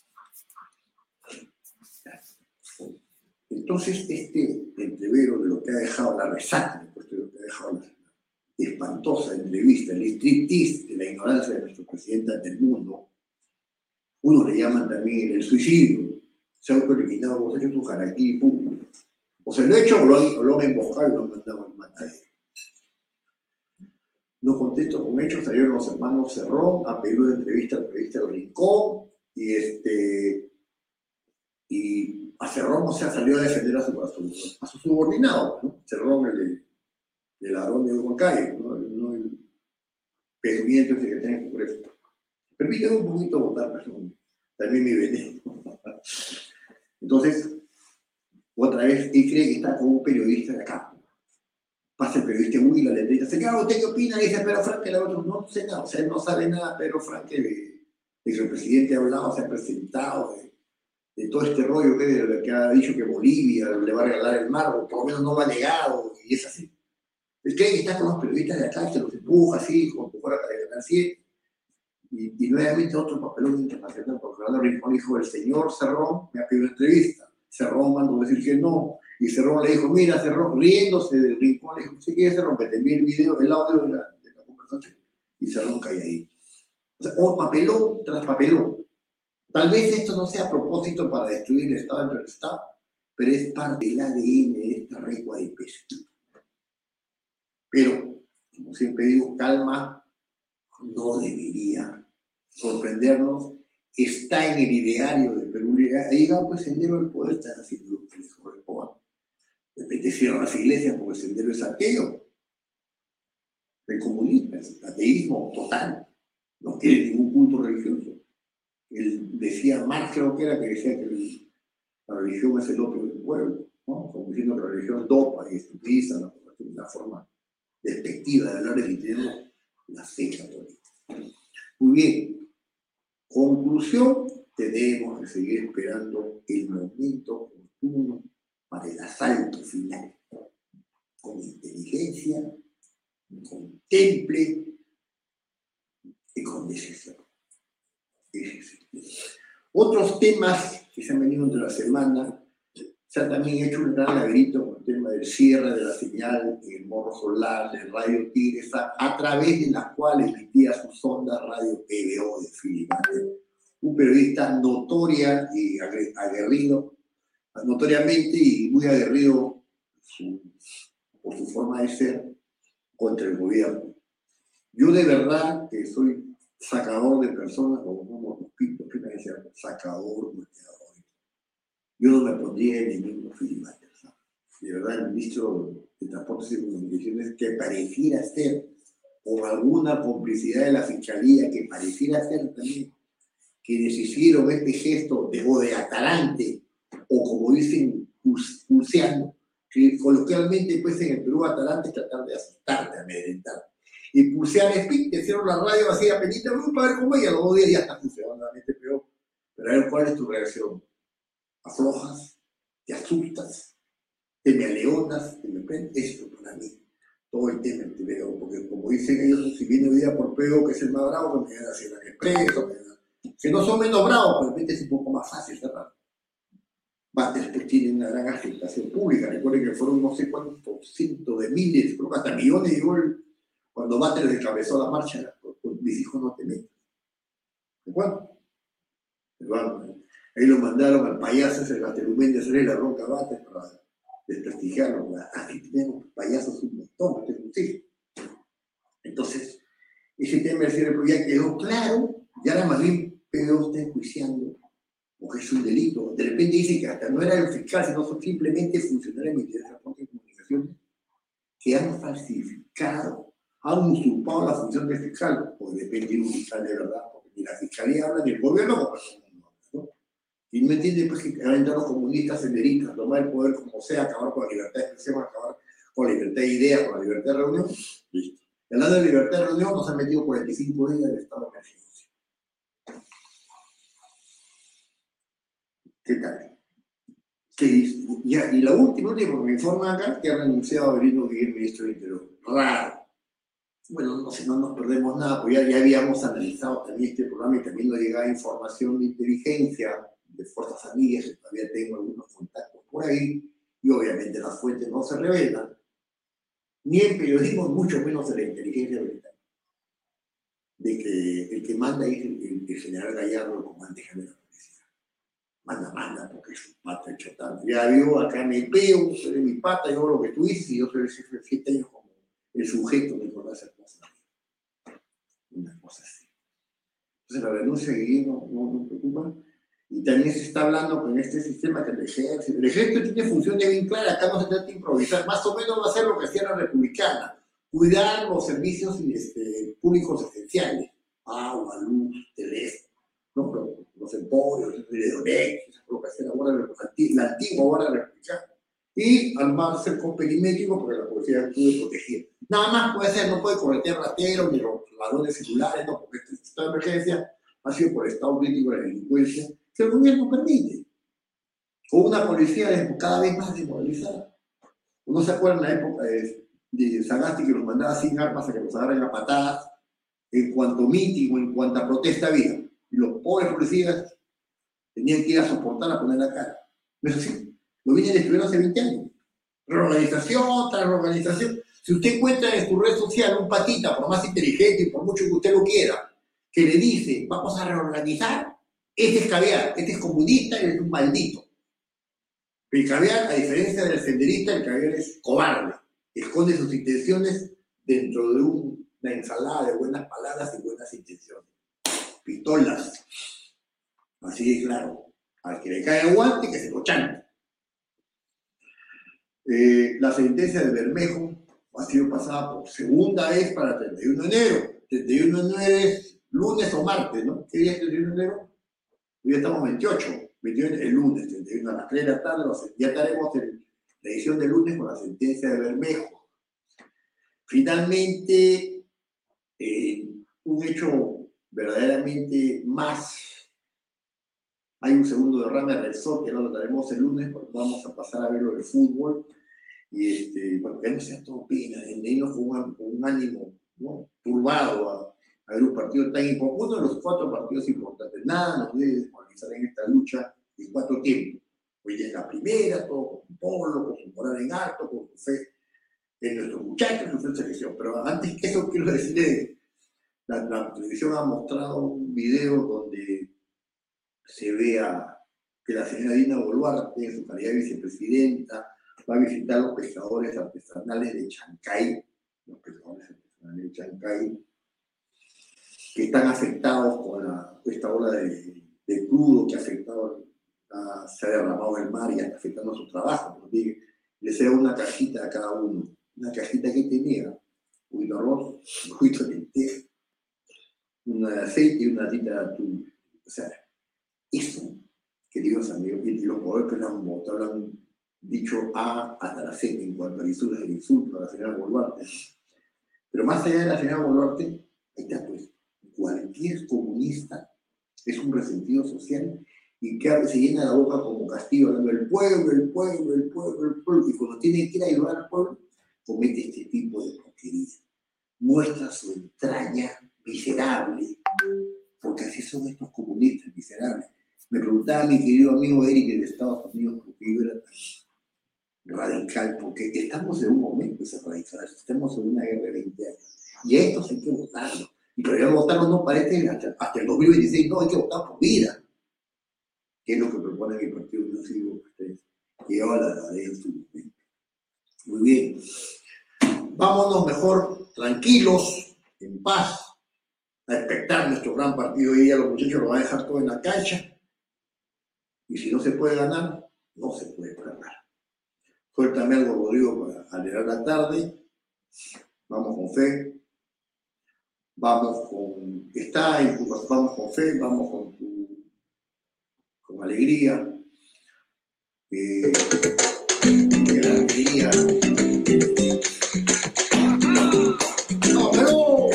D: Entonces, este entrevero de lo que ha dejado la resaca, de lo que ha dejado la espantosa entrevista, el striptease de la ignorancia de nuestro presidente ante el mundo, uno le llaman también el suicidio. Se ha autoeliminado, vos has hecho tu jaraquí público. O se lo ha hecho o lo han, o lo han emboscado y lo han mandado al matadero. No contento con hechos, salieron los hermanos Cerrón a pedir una entrevista al periodista del Rincón y este y a Cerrón no se ha salido a defender a su, a su, a su subordinado, ¿no? Cerrón, el, el ladrón de Huancayo, ¿no? No el pedimiento ese que tiene en el Congreso. Permítame un poquito votar, perdón. También mi veneno. Entonces, otra vez, él cree que está como un periodista de acá. Pasa el periodista Huila, le dice, señor, ¿usted qué opina? Dice Pedro Franque, el otro, no sé nada, o sea, él no sabe nada, Pedro Franque, de, de que el presidente ha hablado, se ha presentado, de, de todo este rollo que, de, que ha dicho que Bolivia le va a regalar el mar, o por lo menos no lo ha negado, y es así. Él cree que está con los periodistas de acá, se los empuja así, como si fuera para el Canal siete, y, y nuevamente otro papelón internacional, porque Fernando Rincón dijo, el señor Cerrón me ha pedido una entrevista, Cerrón mandó decir que no, y Cerrón le dijo, mira, Cerrón, riéndose del Rincón, le dijo, ¿sí quieres Cerrón? Que te envíe el video, el audio de la, de la conversación. Y Cerrón cae ahí. O sea, oh, papelón tras papelón. Tal vez esto no sea a propósito para destruir el Estado entre el Estado, pero es parte del A D N de esta recua de peso. Pero, como siempre digo, calma no debería sorprendernos. Está en el ideario de Perú. Ahí va, pues, Sendero del Poder está haciendo lo que les corresponde. De repente cierran las iglesias porque Sendero es ateo. El comunismo es ateísmo total. No tiene ningún culto religioso. Él decía, Marx creo que era, que decía que el, la religión es el opio del pueblo, ¿no? Como diciendo que la religión dopa y estupidiza la, la forma despectiva de hablar de que tenemos la fe católica. Muy bien. Conclusión, tenemos que seguir esperando el momento oportuno para el asalto final. Con inteligencia, con temple y con decisión. Otros temas que se han venido entre la semana, se ha también hecho un gran laberinto con el tema del cierre de la señal en el Morro Solar, de Radio Tigres, a, a través de las cuales emitía su sonda Radio P B O de Filiberto, un periodista notoria y aguerrido, notoriamente y muy aguerrido su, por su forma de ser contra el gobierno. Yo de verdad que soy sacador de personas, como los pintos que me decían, sacador, golpeador. Yo no me pondría enemigo Filiberto. De verdad, el ministro de Transportes y Comunicaciones, que pareciera ser, o alguna complicidad de la Fiscalía, que pareciera ser también, que deshicieron este gesto de, o de atalante, o como dicen, pulseando, que coloquialmente pues en el Perú atalante es tratar de asustarte, amedrentar. Y pulsear es pin, te hicieron la radio así a penita, para ver cómo ella, los dos días ya está funcionando nuevamente peor. Pero a ver, ¿cuál es tu reacción? ¿Aflojas? ¿Te asustas? ¿Te me aleonas? ¿Te me prendes? Esto para mí, todo el tema te veo, porque como dicen ellos, si viene hoy día por peo, que es el más bravo, que me van a hacer el expreso, que no son menos bravos, pero de repente es un poco más fácil, ¿verdad? Batres pues tienen una gran aceptación pública, recuerden que fueron no sé cuántos cientos de miles, creo que hasta millones llegó el, cuando Batres encabezó la marcha, pues, mis hijos no te metan. ¿De acuerdo? Bueno, ahí lo mandaron al payaso ese Gastelumén de hacerle la ronca a Batres para desprestigiarlo. Aquí tenemos payasos un montón, este museo. Entonces, ese tema del cierre ya quedó claro, y ahora más bien P B O está enjuiciando, porque es un delito. De repente dicen que hasta no era el fiscal, sino son simplemente funcionarios del Ministerio de Transporte y Comunicaciones que han falsificado, han usurpado la función del fiscal, o depende de un fiscal de verdad, porque ni la fiscalía habla ni el gobierno como persona, ¿no? Y no entiende pues que van a entrar los comunistas senderistas, tomar el poder como sea, acabar con la libertad de expresión, acabar con la libertad de idea, con la libertad de reunión, listo. Y hablando de libertad de reunión, nos han metido cuarenta y cinco días del estado de emergencia. ¿Qué tal? Que, ya, y la última, última, me informa acá que ha renunciado a Avelino Guillermo, ministro del Interior. Raro. Bueno, no sé, no nos perdemos nada, porque ya, ya habíamos analizado también este programa y también nos llegaba información de inteligencia de Fuerzas Amigas, que todavía tengo algunos contactos por ahí, y obviamente las fuentes no se revelan, ni en periodismo, mucho menos en la inteligencia militar. De que el que manda es el, el, el general Gallardo, el comandante general. Manda, manda, porque es un pata hecho tanto. Ya vio, acá me pego, soy mi pata, yo lo que tú dices, y yo soy el jefe de siete años como el sujeto me conoce hacer cosas. Una cosa así. Entonces la renuncia de Guillermo no, no me preocupa. Y también se está hablando con este sistema que el ejército. El ejército tiene funciones bien claras, acá no se trata de improvisar, más o menos va a ser lo que hacía la republicana. Cuidar los servicios este, públicos esenciales, agua, luz, teléfono. ¿No? Los emporios, los videorex, lo que hacía la guardia, la antigua guardia republicana. y armar cercos perimétricos porque la policía actúe protegida. Nada más puede ser, no puede corretear rateros ni los ladrones celulares, no, porque este estado de emergencia ha sido por el estado crítico de la delincuencia que el gobierno permite. Con una policía cada vez más desmoralizada. Uno se acuerda en la época de, de Sagasti que los mandaba sin armas a que los agarren a patadas en cuanto mítico, en cuanta protesta había. Y los pobres policías tenían que ir a soportar, a poner la cara. Eso sí, lo vienen destruyendo hace veinte años. Reorganización tras reorganización. Si usted encuentra en su red social un patita, por más inteligente y por mucho que usted lo quiera, que le dice, vamos a reorganizar, este es caviar, este es comunista y es un maldito. El caviar, a diferencia del senderista, el caviar es cobarde. Esconde sus intenciones dentro de un, una ensalada de buenas palabras y buenas intenciones. Pistolas. Así de claro. Al que le cae el guante, que se lo chante. Eh, la sentencia de Bermejo ha sido pasada por segunda vez para el treinta y uno de enero. treinta y uno de enero es lunes o martes, ¿no? ¿Qué día es el treinta y uno de enero? Hoy estamos veintiocho. veintiuno, el lunes, treinta y uno a las tres de la tarde. Ya estaremos en la edición del lunes con la sentencia de Bermejo. Finalmente, eh, un hecho verdaderamente más. Hay un segundo derrame de Resort que no lo daremos el lunes porque vamos a pasar a verlo del fútbol. Y este, bueno, que no sea todo pena, de irnos con un, con un ánimo, ¿no?, turbado a, a ver un partido tan importante, uno de los cuatro partidos importantes. Nada nos debe desmoralizar en esta lucha de cuatro tiempos. Hoy día es la primera, todo con su polo, con su moral en alto, con su fe en nuestros muchachos, en su selección. Pero antes que eso, quiero decirle, la, la televisión ha mostrado un video donde se vea que la señora Dina Boluarte, en su calidad de vicepresidenta, va a visitar los pescadores artesanales de Chancay, los pescadores artesanales de Chancay, que están afectados con la, esta ola de, de crudo que ha afectado, a, se ha derramado en el mar y está afectando su trabajo. Porque les da una cajita a cada uno, una cajita que tenía, un poquito de arroz, un poquito de lenteja, un aceite y una latita de atún. O sea, eso, queridos amigos, y los poderes que lo han votado, lo han dicho A hasta la Z en cuanto al insulto, el insulto a la señora Boluarte. Pero más allá de la señora Boluarte, ahí está, pues, cualquier comunista es un resentido social y que se llena la boca como Castillo hablando del pueblo, el pueblo, el pueblo, el pueblo, y cuando tiene que ir a ayudar al pueblo, comete este tipo de porquería. Muestra su entraña miserable, porque así son estos comunistas miserables. Me preguntaba mi querido amigo Eric de Estados Unidos por qué yo era tan radical, porque estamos en un momento de radical, estamos en una guerra de veinte años, y a estos hay que votarlo. Y pero votarlo no parece hasta, hasta el dos mil veintiséis, no, hay que votar por vida. ¿Qué es lo que propone el Partido Unión Cívica que ustedes llevan a la ley en su momento? Muy bien. Vámonos mejor tranquilos, en paz, a expectar nuestro gran partido. Y ya los muchachos lo van a dejar todo en la cancha. Y si no se puede ganar, no se puede ganar. Suéltame algo, Rodrigo, para alegrar la tarde. Vamos con fe. Vamos con... Está en tu... Vamos con fe, vamos con tu... con alegría. Eh, que la alegría... No, pero...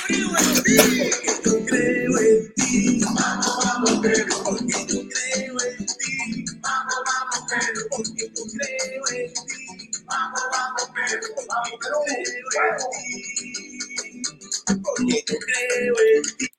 D: Yo creo en ti. Vamos, vamos, pero porque yo creo en ti. Vamos, vamos, pero porque yo creo en ti. Vamos, vamos, pero vamos, pero creo en ti. Porque yo creo en ti.